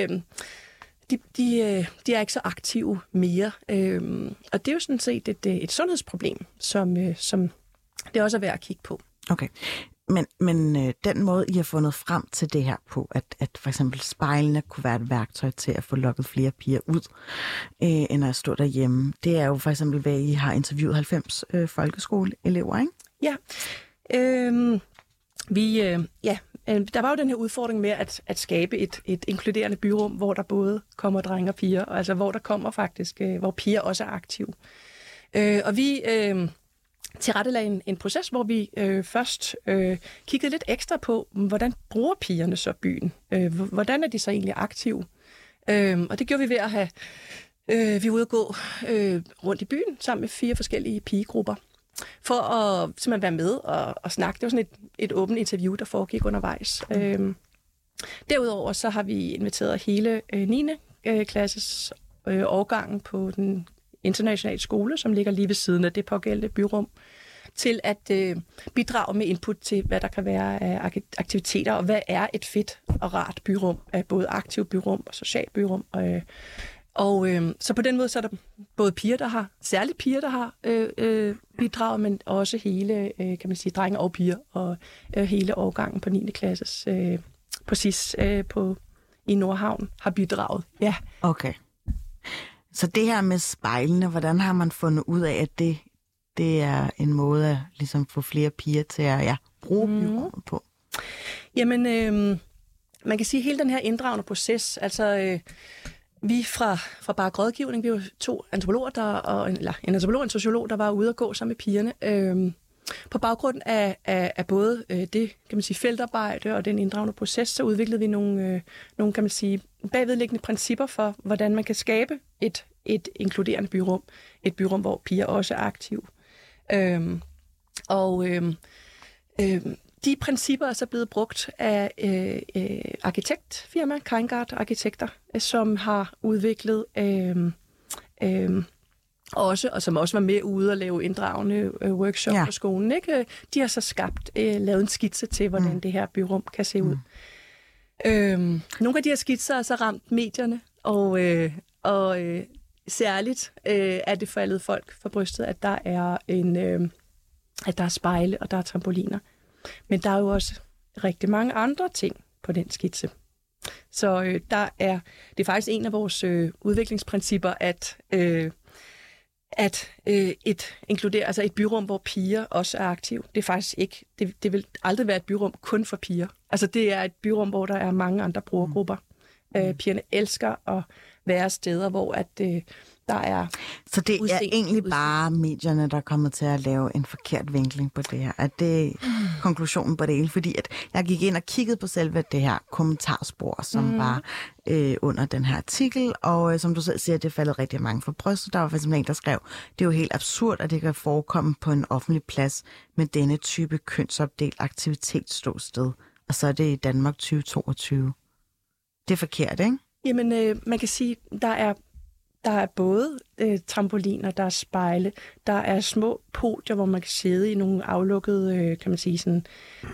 er ikke så aktive mere. Og det er jo sådan set et sundhedsproblem, som det også er værd at kigge på. Okay. Men den måde, I har fundet frem til det her på, at for eksempel spejlene kunne være et værktøj til at få lukket flere piger ud, end at stå derhjemme, det er jo for eksempel, hvad I har interviewet 90 folkeskoleelever, ikke? Ja. Der var jo den her udfordring med at skabe et inkluderende byrum, hvor der både kommer drenge og piger, altså hvor der kommer faktisk, hvor piger også er aktive. Og vi tilrettelagde en proces, hvor vi først kiggede lidt ekstra på, hvordan bruger pigerne så byen? Hvordan er de så egentlig aktive? Og det gjorde vi ved at have, vi var ude at gå rundt i byen sammen med 4 forskellige pigegrupper, for at simpelthen være med og snakke. Det var sådan et åbent interview, der foregik undervejs. Derudover så har vi inviteret hele 9. klasses årgangen på den internationale skole, som ligger lige ved siden af det pågældende byrum, til at bidrage med input til, hvad der kan være af aktiviteter, og hvad er et fedt og rart byrum, af både aktivt byrum og socialt byrum. Så på den måde så er der både særligt piger, der har bidraget, men også hele, kan man sige, drenge og piger, og hele årgangen på 9. klasses på SIS i Nordhavn har bidraget. Ja. Okay. Så det her med spejlene, hvordan har man fundet ud af, at det er en måde at ligesom få flere piger til at bruge byrummet på? Jamen, man kan sige, at hele den her inddragende proces, altså vi fra Bark Rådgivning, vi var 2 antropologer, en antropolog og en sociolog, der var ude at gå sammen med pigerne. På baggrund af både det, kan man sige, feltarbejde og den inddragende proces, så udviklede vi nogle kan man sige, bagvedliggende principper for, hvordan man kan skabe et inkluderende byrum. Et byrum, hvor piger også er aktive. De principper er så blevet brugt af arkitektfirma, Keingard Arkitekter, som har udviklet og som også var med ude og lave inddragende workshop på skolen. Ikke? De har så lavet en skitse til, hvordan det her byrum kan se ud. Nogle af de her skitser er så ramt medierne, og særligt er det faldet folk for brystet, at der er at der er spejle og der er trampoliner. Men der er jo også rigtig mange andre ting på den skitse. Så det er faktisk en af vores udviklingsprincipper, at et byrum, hvor piger også er aktive. Det er faktisk ikke, det vil aldrig være et byrum kun for piger. Altså det er et byrum, hvor der er mange andre brugergrupper. Pigerne elsker at være steder, hvor der er så det er egentlig bare medierne, der er kommet til at lave en forkert vinkling på det her. Er det konklusionen på det hele? Fordi at jeg gik ind og kiggede på selve det her kommentarspor, som var under den her artikel, og som du selv siger, det faldet rigtig mange for brystet. Der var faktisk en, der skrev, det er jo helt absurd, at det kan forekomme på en offentlig plads med denne type kønsopdelt aktivitetsståsted. Og så er det i Danmark 2022. Det er forkert, ikke? Jamen, man kan sige, der er både trampoliner, der er spejle, der er små podier, hvor man kan sidde i nogle aflukkede, kan man sige, sådan,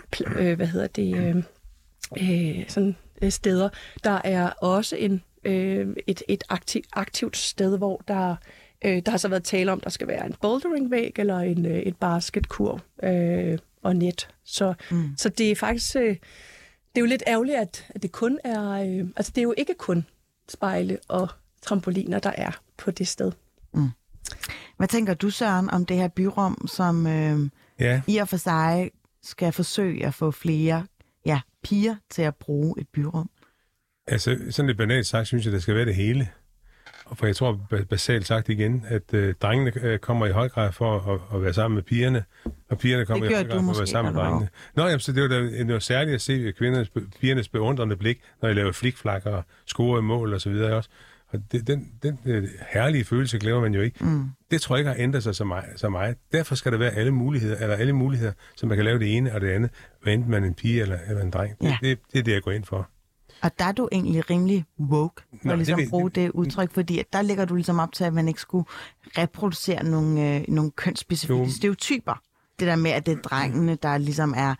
sådan steder. Der er også et aktivt sted, hvor der har så været tale om, der skal være en boulderingvæg eller et basketkurv og net. Så det er faktisk... det er jo lidt ærgerligt, at det kun er... altså, det er jo ikke kun spejle og trampoliner, der er på det sted. Hvad tænker du, Søren, om det her byrum, som i og for sig skal forsøge at få flere piger til at bruge et byrum? Altså, sådan lidt banalt sagt, synes jeg, det skal være det hele. For jeg tror basalt sagt igen, at drengene kommer i høj grad for at være sammen med pigerne, og pigerne kommer i høj grad for at være sammen med drengene. Jamen, så det var da noget særligt at se pigernes beundrende blik, når de laver flikflak og scorer i mål og så videre også. Og den herlige følelse glemmer man jo ikke. Det tror jeg ikke har ændret sig så meget. Derfor skal der være alle muligheder, så man kan lave det ene og det andet, hvad enten man er en pige eller en dreng. Ja. Det er det, jeg går ind for. Og der er du egentlig rimelig woke, for ligesom at bruge det udtryk, fordi at der ligger du ligesom op til, at man ikke skulle reproducere nogle kønsspecifikke stereotyper. Det der med, at det er drengene, der ligesom er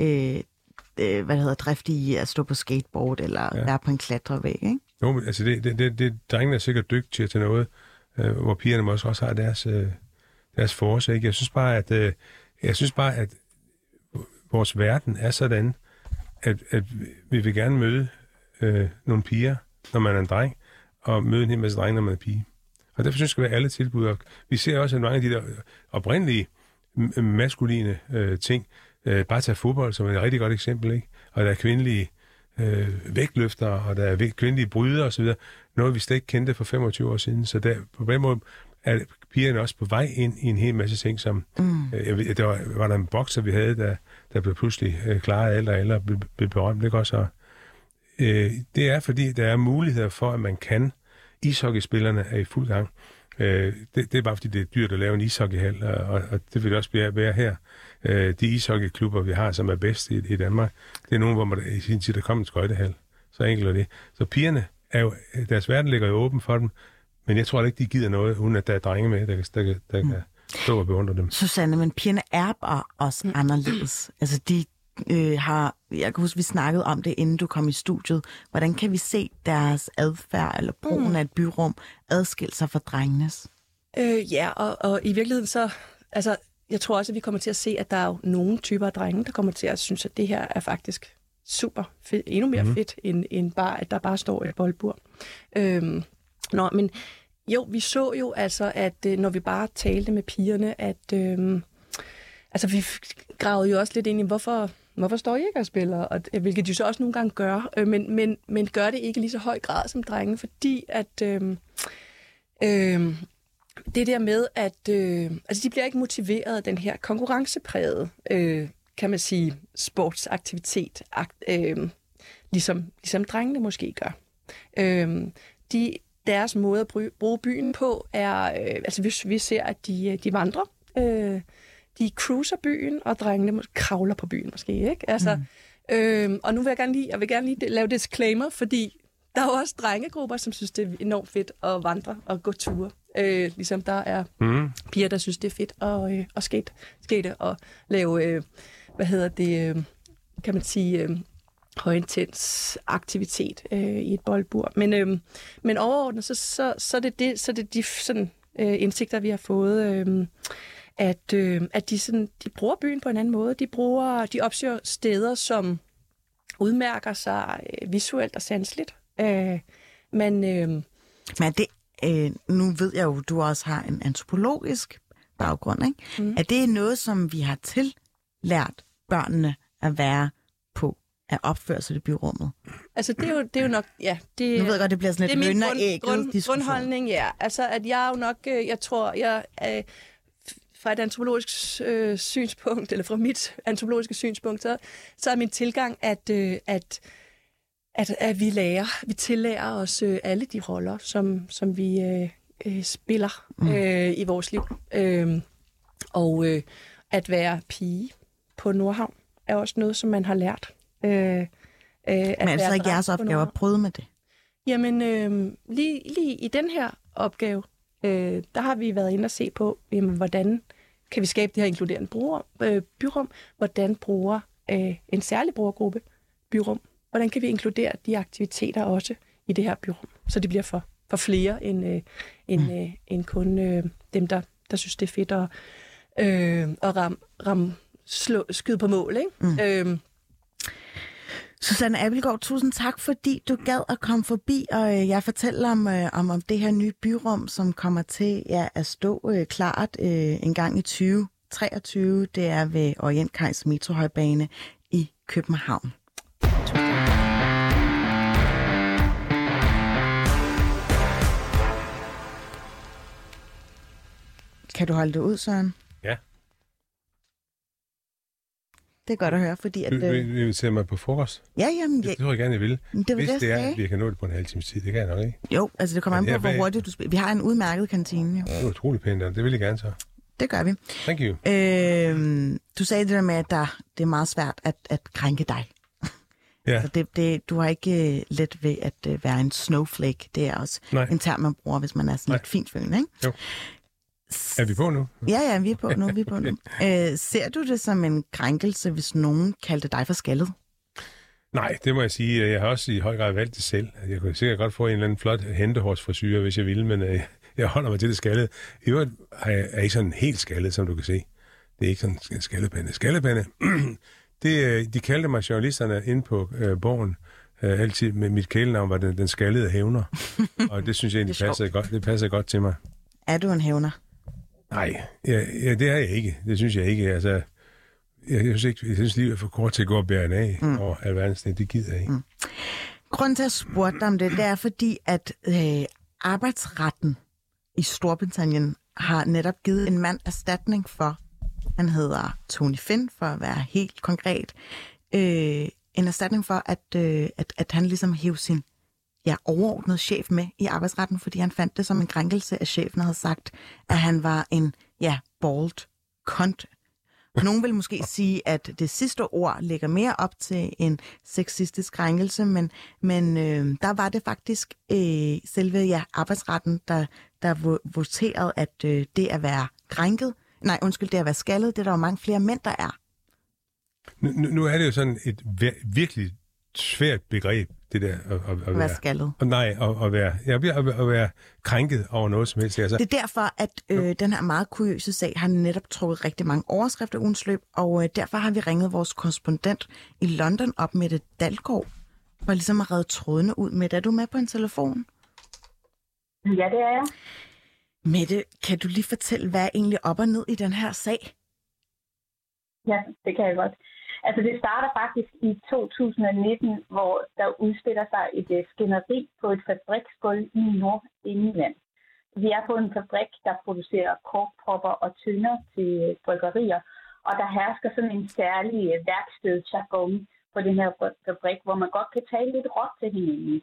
driftige i at stå på skateboard eller være på en klatrevæg, ikke? Jo, altså drengene er sikkert dygtige til noget, hvor pigerne måske også har deres force, ikke? Jeg synes bare, at vores verden er sådan, at vi vil gerne møde nogle piger, når man er en dreng, og møde en hel masse drenge, når man er pige. Og derfor synes jeg, det skal være alle tilbud. Og vi ser også, at mange af de der oprindelige maskuline ting, bare tage fodbold som et rigtig godt eksempel, ikke? Og der er kvindelige vægtløftere, og der er kvindelige brydere osv., noget vi slet ikke kendte for 25 år siden. Så der, på den måde er pigerne også på vej ind i en hel masse ting, som... der var der en bokser, vi havde, der blev pludselig klaret eller blev berømt, ikke også? Det er, fordi der er muligheder for, at man kan. Ishockeyspillerne er i fuld gang. Det er bare, fordi det er dyrt at lave en ishockeyhal, og det vil det også være her. De ishockeyklubber, vi har, som er bedst i Danmark, det er nogen, hvor man i sin tid der kom en skøjtehal. Så enkelt er det. Så pigerne, deres verden ligger jo åben for dem, men jeg tror ikke, de gider noget, uden at der er drenge med, der kan stå og beundre dem. Susanne, men pigerne er bare også anderledes. Altså, de jeg kan huske, vi snakkede om det, inden du kom i studiet. Hvordan kan vi se deres adfærd eller brugen af et byrum adskille sig fra drengenes? Og i virkeligheden så... Altså, jeg tror også, at vi kommer til at se, at der er jo nogle typer af drenge, der kommer til at synes, at det her er faktisk super fedt, endnu mere fedt, end bare, at der bare står et boldbur. Men jo, vi så jo altså, at når vi bare talte med pigerne, at vi gravede jo også lidt ind i, hvorfor står I ikke og spiller? Og, hvilket de så også nogle gange gør, men gør det ikke lige så høj grad som drenge, fordi at det der med, at de bliver ikke motiveret af den her konkurrenceprægede, kan man sige, sportsaktivitet, ligesom drengene måske gør. Deres måde at bruge byen på er, vi ser, at de vandrer. De cruiser byen, og drengene kravler på byen måske, ikke? Altså, og nu vil jeg vil gerne lige lave disclaimer, fordi der er jo også drengegrupper, som synes, det er enormt fedt at vandre og gå ture. Ligesom der er piger, der synes, det er fedt at skate og lave, kan man sige, højintens aktivitet i et boldbur. Men overordnet, så er det de sådan, indsigter, vi har fået, at de bruger byen på en anden måde. De opsøger steder, som udmærker sig visuelt og sanseligt. Men det, nu ved jeg jo, at du også har en antropologisk baggrund, ikke? Er det noget, som vi har tillært børnene at være på, at opføre sig i byrummet? Altså, det er jo nok, ja. Nu ved jeg godt, det bliver sådan lidt lønnerægget diskussion. Grundholdning, ja. Altså, at jeg jo nok, jeg tror, fra et antropologisk synspunkt, eller fra mit antropologiske synspunkt, så er min tilgang, at vi tillærer os alle de roller, som vi spiller i vores liv. Og at være pige på Nordhavn er også noget, som man har lært. Men altså ikke jeres opgave at prøve med det? Jamen, lige i den her opgave, der har vi været inde og se på, hvordan kan vi skabe det her inkluderende byrum? Hvordan bruger en særlig brugergruppe byrum? Hvordan kan vi inkludere de aktiviteter også i det her byrum, så det bliver for flere end kun dem, der synes, det er fedt at skyde på mål, ikke? Susanne Abildgaard, tusind tak, fordi du gad at komme forbi, og jeg fortæller om det her nye byrum, som kommer til at stå klart en gang i 2023. Det er ved Orientkajs metrohøjbane i København. Kan du holde det ud, Søren? Ja. det er godt at høre, fordi at... Vil du invitere mig på frokost? Ja, jamen... Det tror jeg gerne, jeg vil. Det Hvis det er, at vi kan nå det på en halv times tid, det kan jeg nok ikke. Jo, altså det kommer an på, hvor hurtigt du spiller. Vi har en udmærket kantine, jo. Det er utroligt pænt, det vil jeg gerne så. Det gør vi. Thank you. Du sagde det der med, at det er meget svært at krænke dig. Ja. Så du har ikke let ved at være en snowflake. Det er også en term, man bruger, hvis man er sådan lidt fintfølende, ikke? Jo. Er vi på nu? Ja, vi er på nu. Ser du det som en krænkelse, hvis nogen kaldte dig for skaldet? Nej, det må jeg sige. Jeg har også i høj grad valgt det selv. Jeg kunne sikkert godt få en eller anden flot hentehårsfrisyre, hvis jeg ville, men jeg holder mig til det skaldede. I øvrigt er jeg ikke sådan helt skaldet, som du kan se. Det er ikke sådan en skaldepande. Skaldepande, de kaldte mig journalisterne inde på Borgen altid med mit kælenavn var den skaldede hævner. Og det synes jeg egentlig det passer godt til mig. Er du en hævner? Nej, det er jeg ikke. Det synes jeg ikke. Altså, jeg synes livet er for kort til at gå og bære en af over alverdens. Det gider jeg ikke. Grunden til at spørge dig om det er fordi, at arbejdsretten i Storbritannien har netop givet en mand erstatning for, han hedder Tony Finn, for at være helt konkret, en erstatning for, at han ligesom hævde sin overordnede chef med i arbejdsretten, fordi han fandt det som en krænkelse, at chefen havde sagt, at han var en, bald cunt. Nogen vil måske sige, at det sidste ord lægger mere op til en sexistisk krænkelse, men der var det faktisk selve arbejdsretten, der voterede, at det at være krænket, det at være skaldet, det er der jo mange flere mænd, der er. Nu er det jo sådan et virkelig svært begreb, det der at være skaldet. At være krænket over noget som helst. Altså. Det er derfor, at den her meget kuriøse sag har netop trukket rigtig mange overskrifter ugens løb, og derfor har vi ringet vores korrespondent i London op, Mette Dalgaard, for ligesom at redde trådene ud. Mette, er du med på en telefon? Ja, det er jeg. Mette, kan du lige fortælle, hvad er egentlig op og ned i den her sag? Ja, det kan jeg godt. Altså det starter faktisk i 2019, hvor der udspiller sig et skænderi på et fabriksgulv i Nordengland. Vi er på en fabrik, der producerer korkpropper og tønder til bryggerier, og der hersker sådan en særlig værkstedsjargon på den her fabrik, hvor man godt kan tale lidt råt til hinanden.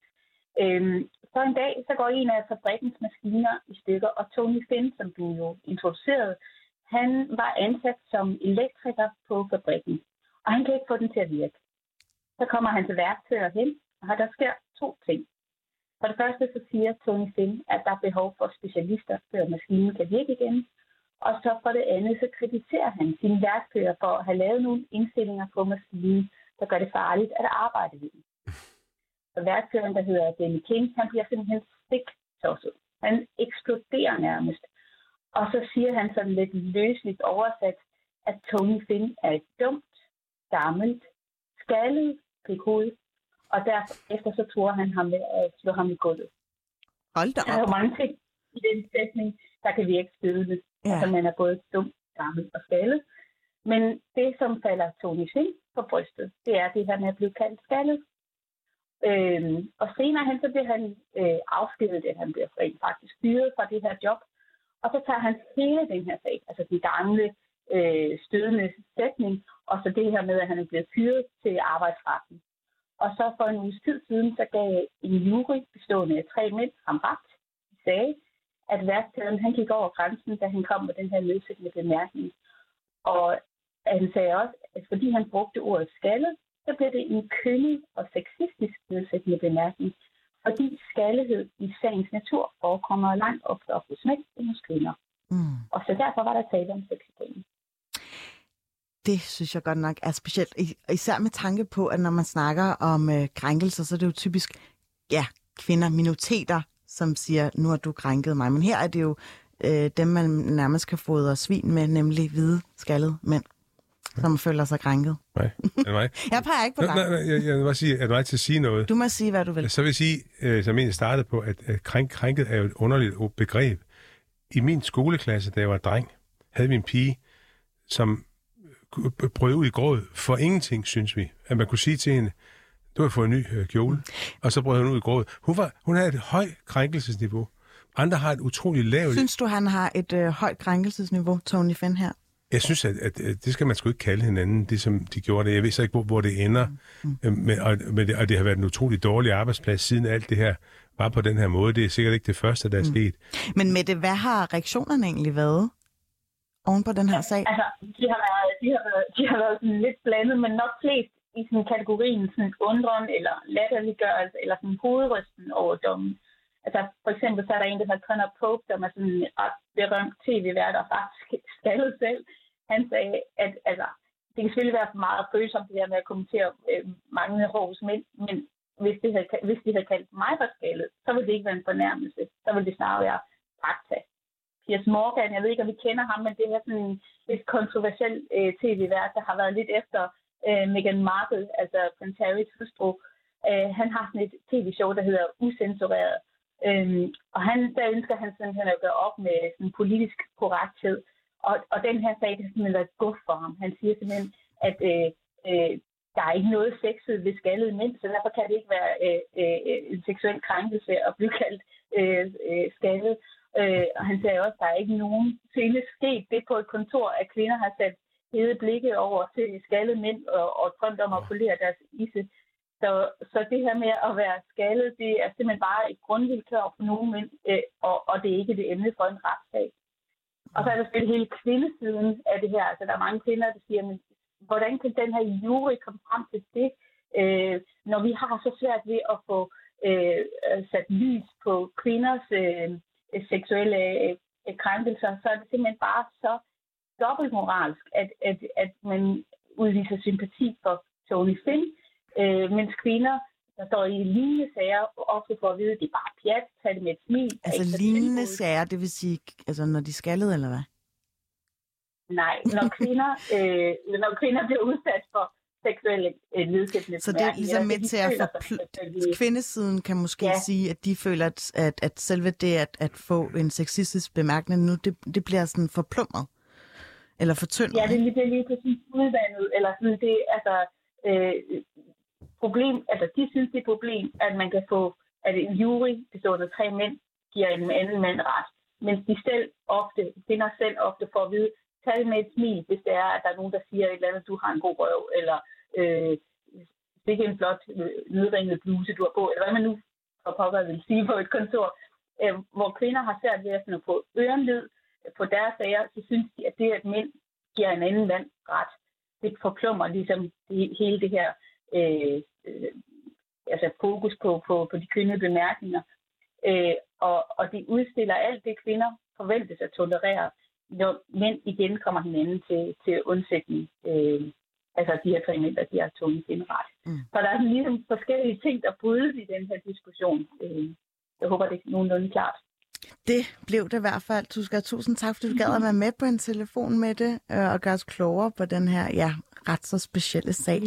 Så en dag så går en af fabrikkens maskiner i stykker, og Tony Finn, som du jo introducerede, han var ansat som elektriker på fabrikken, og han kan ikke få den til at virke. Så kommer han til værktøjer hen, og der sker 2 ting. For det første så siger Tony Finn, at der er behov for specialister, før maskinen kan virke igen. Og så for det andet, så kritiserer han sine værktøjer for at have lavet nogle indstillinger på maskinen, der gør det farligt at arbejde ved den. Så værktøjeren, der hedder Danny King, han bliver simpelthen stiktosset. Han eksploderer nærmest. Og så siger han sådan lidt løsligt oversat, at Tony Finn er et dumt, gammelt, skaldet pikhoved, og derefter så tog han ham med at slå ham i gulvet. Hold da op. Der er jo mange ting i den sætning, der kan virke stødende. Ja. Altså man er både dum, gammel og skaldet. Men det, som falder Tony Finn på brystet, det er det her med at blive kaldt skaldet. Og senere hen, så bliver han afskediget, at han bliver faktisk fyret fra det her job. Og så tager han hele den her sag, altså den gamle stødende sætning, og så det her med, at han er blevet fyret til arbejdsretten. Og så for en uges tid siden, så gav en jury bestående af 3 mænd ham ret. De sagde, at værktøjeren, han gik over grænsen, da han kom med den her nedsættende bemærkning. Og han sagde også, at fordi han brugte ordet skaldet, så blev det en kønnig og sexistisk nedsættende bemærkning, fordi skaldighed i sagens natur forekommer langt oftere hos mænd end hos kvinder. Og så derfor var der tale om sexisme. Det synes jeg godt nok er specielt. Især med tanke på, at når man snakker om krænkelser, så er det jo typisk kvinder, minoriteter, som siger, nu har du krænket mig. Men her er det jo dem, man nærmest kan fodre svin med, nemlig hvide, skaldede mænd, som føler sig krænket. Nej, er det mig? Jeg peger ikke på dig. Nej, jeg vil bare sige, at du er til at sige noget. Du må sige, hvad du vil. Så vil jeg sige, som jeg startede på, at krænket er jo et underligt begreb. I min skoleklasse, da jeg var dreng, havde vi en pige, som brød ud i gråd for ingenting, synes vi. At man kunne sige til hende, du har fået en ny kjole, og så brød hun ud i gråd. Hun havde et højt krænkelsesniveau. Andre har et utroligt lavt... Synes du, han har et højt krænkelsesniveau, Tony Finn her? Jeg synes, at det skal man sgu ikke kalde hinanden, det som de gjorde det. Jeg ved så ikke, hvor det ender. Og det har været en utrolig dårlig arbejdsplads, siden alt det her var på den her måde. Det er sikkert ikke det første, der er sket. Men Mette, hvad har reaktionerne egentlig været oven på den her sag? Altså, de har været sådan lidt blandet, men nok flest i sådan kategorien sådan undren eller latterliggørelse eller sådan hovedrysten over dommen. Altså, for eksempel så er der en, der hedder Conor Pope, som er sådan en ret berømt tv-vært og faktisk skaldet selv. Han sagde, at altså, det kan selvfølgelig være for meget følsomt det her med at kommentere manglende hår hos mænd, men hvis de havde kaldt mig for skaldet, så ville det ikke være en fornærmelse. Så ville det snarere være fakta. Piers Morgan, jeg ved ikke, om vi kender ham, men det er sådan et kontroversielt tv-vært, der har været lidt efter Meghan Markle, altså Prince Harrys hustru. Han har sådan et tv-show, der hedder Usensureret. Og der ønsker han simpelthen at gøre op med sådan politisk korrekthed. Og den her sag, det har simpelthen været guf for ham. Han siger simpelthen, at der er ikke noget sexet ved skaldede mænd, så derfor kan det ikke være en seksuel krænkelse at blive kaldt skaldet. Og han siger også, at der er ikke nogen sinde sket det på et kontor, at kvinder har sat hede blikke over til skaldede mænd og drømt om at polere deres isse. Så det her med at være skaldet, det er simpelthen bare et grundvilkår for nogle mænd, og det er ikke det emne for en retssag. Og så er der selvfølgelig hele kvindesiden af det her. Altså, der er mange kvinder, der siger, men hvordan kan den her jury komme frem til det, når vi har så svært ved at få sat lys på kvinders seksuelle krænkelser, så er det simpelthen bare så dobbeltmoralsk, at man udviser sympati for Tony Finn, mens kvinder, der står i lignende sager, ofte får at vide, at det er bare pjat, tag det med et smil. Altså lignende sager, det vil sige, altså når de er skaldede, eller hvad? Nej, når kvinder bliver udsat for seksuelle nedsættende. Så det er ligesom med til at kvindesiden kan måske sige, at de føler, at selve det at få en sexistisk bemærkning nu, det bliver sådan forplumret. Eller fortyndet. Ja, det bliver lige præcis udvandet. Eller sådan det, altså problem, altså de synes det er et problem, at man kan få, at en jury bestående af 3 mænd giver en anden mand ret. Mens kvinder selv ofte får at vide, tag det med et smil, hvis det er, at der er nogen, der siger et eller andet, du har en god røv, eller det er en flot nedringet bluse, du har på, eller hvad man nu for pokker vil sige på et kontor, hvor kvinder har svært ved at få ørenlyd på deres sager, så synes de, at det, at mænd giver en anden mand ret, det forplummer ligesom hele det her altså fokus på de kvindelige bemærkninger. Og det udstiller alt det, kvinder forventes at tolerere, når mænd igen kommer hinanden til undsætning. Altså de her 3 mænd, de har tunge kvinderet. Så der er sådan ligesom forskellige ting, der brydes i den her diskussion. Jeg håber, det er nogenlunde klart. Det blev det i hvert fald. Tusind tak, fordi du gad at være med på en telefon med det, og gøre os klogere på den her ret så specielle sag.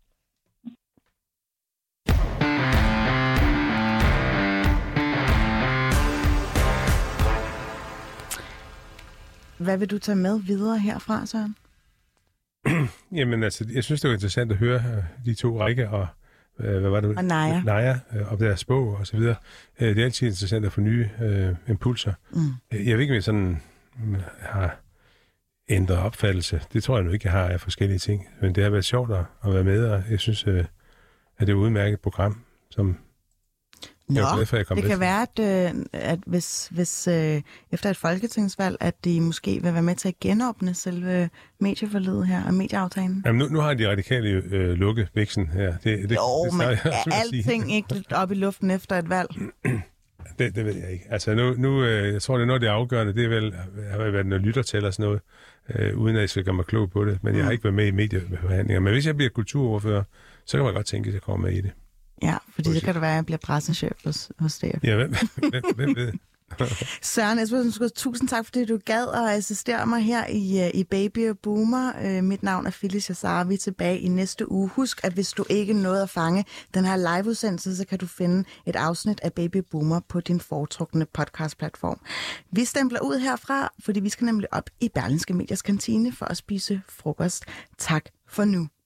Hvad vil du tage med videre herfra, Søren? Jamen altså, jeg synes, det var interessant at høre de 2, Rikke og hvad var det? Og Naja. Og deres bog og så videre. Det er altid interessant at få nye impulser. Jeg ved ikke, om jeg sådan har ændret opfattelse. Det tror jeg nu ikke, jeg har af forskellige ting. Men det har været sjovt at være med, og jeg synes, at det er et udmærket program, som jeg er glad for, at jeg kom med. Det kan være, at hvis efter et folketingsvalg, at de måske vil være med til at genåbne selve medieforlidet her og medieaftalen. Jamen nu har de radikale lukket væksten her. Men er alting ikke lidt op i luften efter et valg? Det ved jeg ikke. Altså nu jeg tror, det er noget, det er afgørende. Det er vel, jeg har været noget lytter til eller sådan noget, uden at jeg skal gøre mig klog på det. Men jeg har ikke været med i medieforhandlinger. Men hvis jeg bliver kulturordfører, så kan man godt tænke, at jeg kommer med i det. Ja, fordi så kan det være, at jeg bliver pressechef hos DF. Ja, hvem ved? Søren Espersen, tusind tak, fordi du gad at assistere mig her i Baby og Boomer. Mit navn er Phyllis Jassar. Vi er tilbage i næste uge. Husk, at hvis du ikke nåede at fange den her liveudsendelse, så kan du finde et afsnit af Baby Boomer på din foretrukne podcastplatform. Vi stempler ud herfra, fordi vi skal nemlig op i Berlingske Medias kantine for at spise frokost. Tak for nu.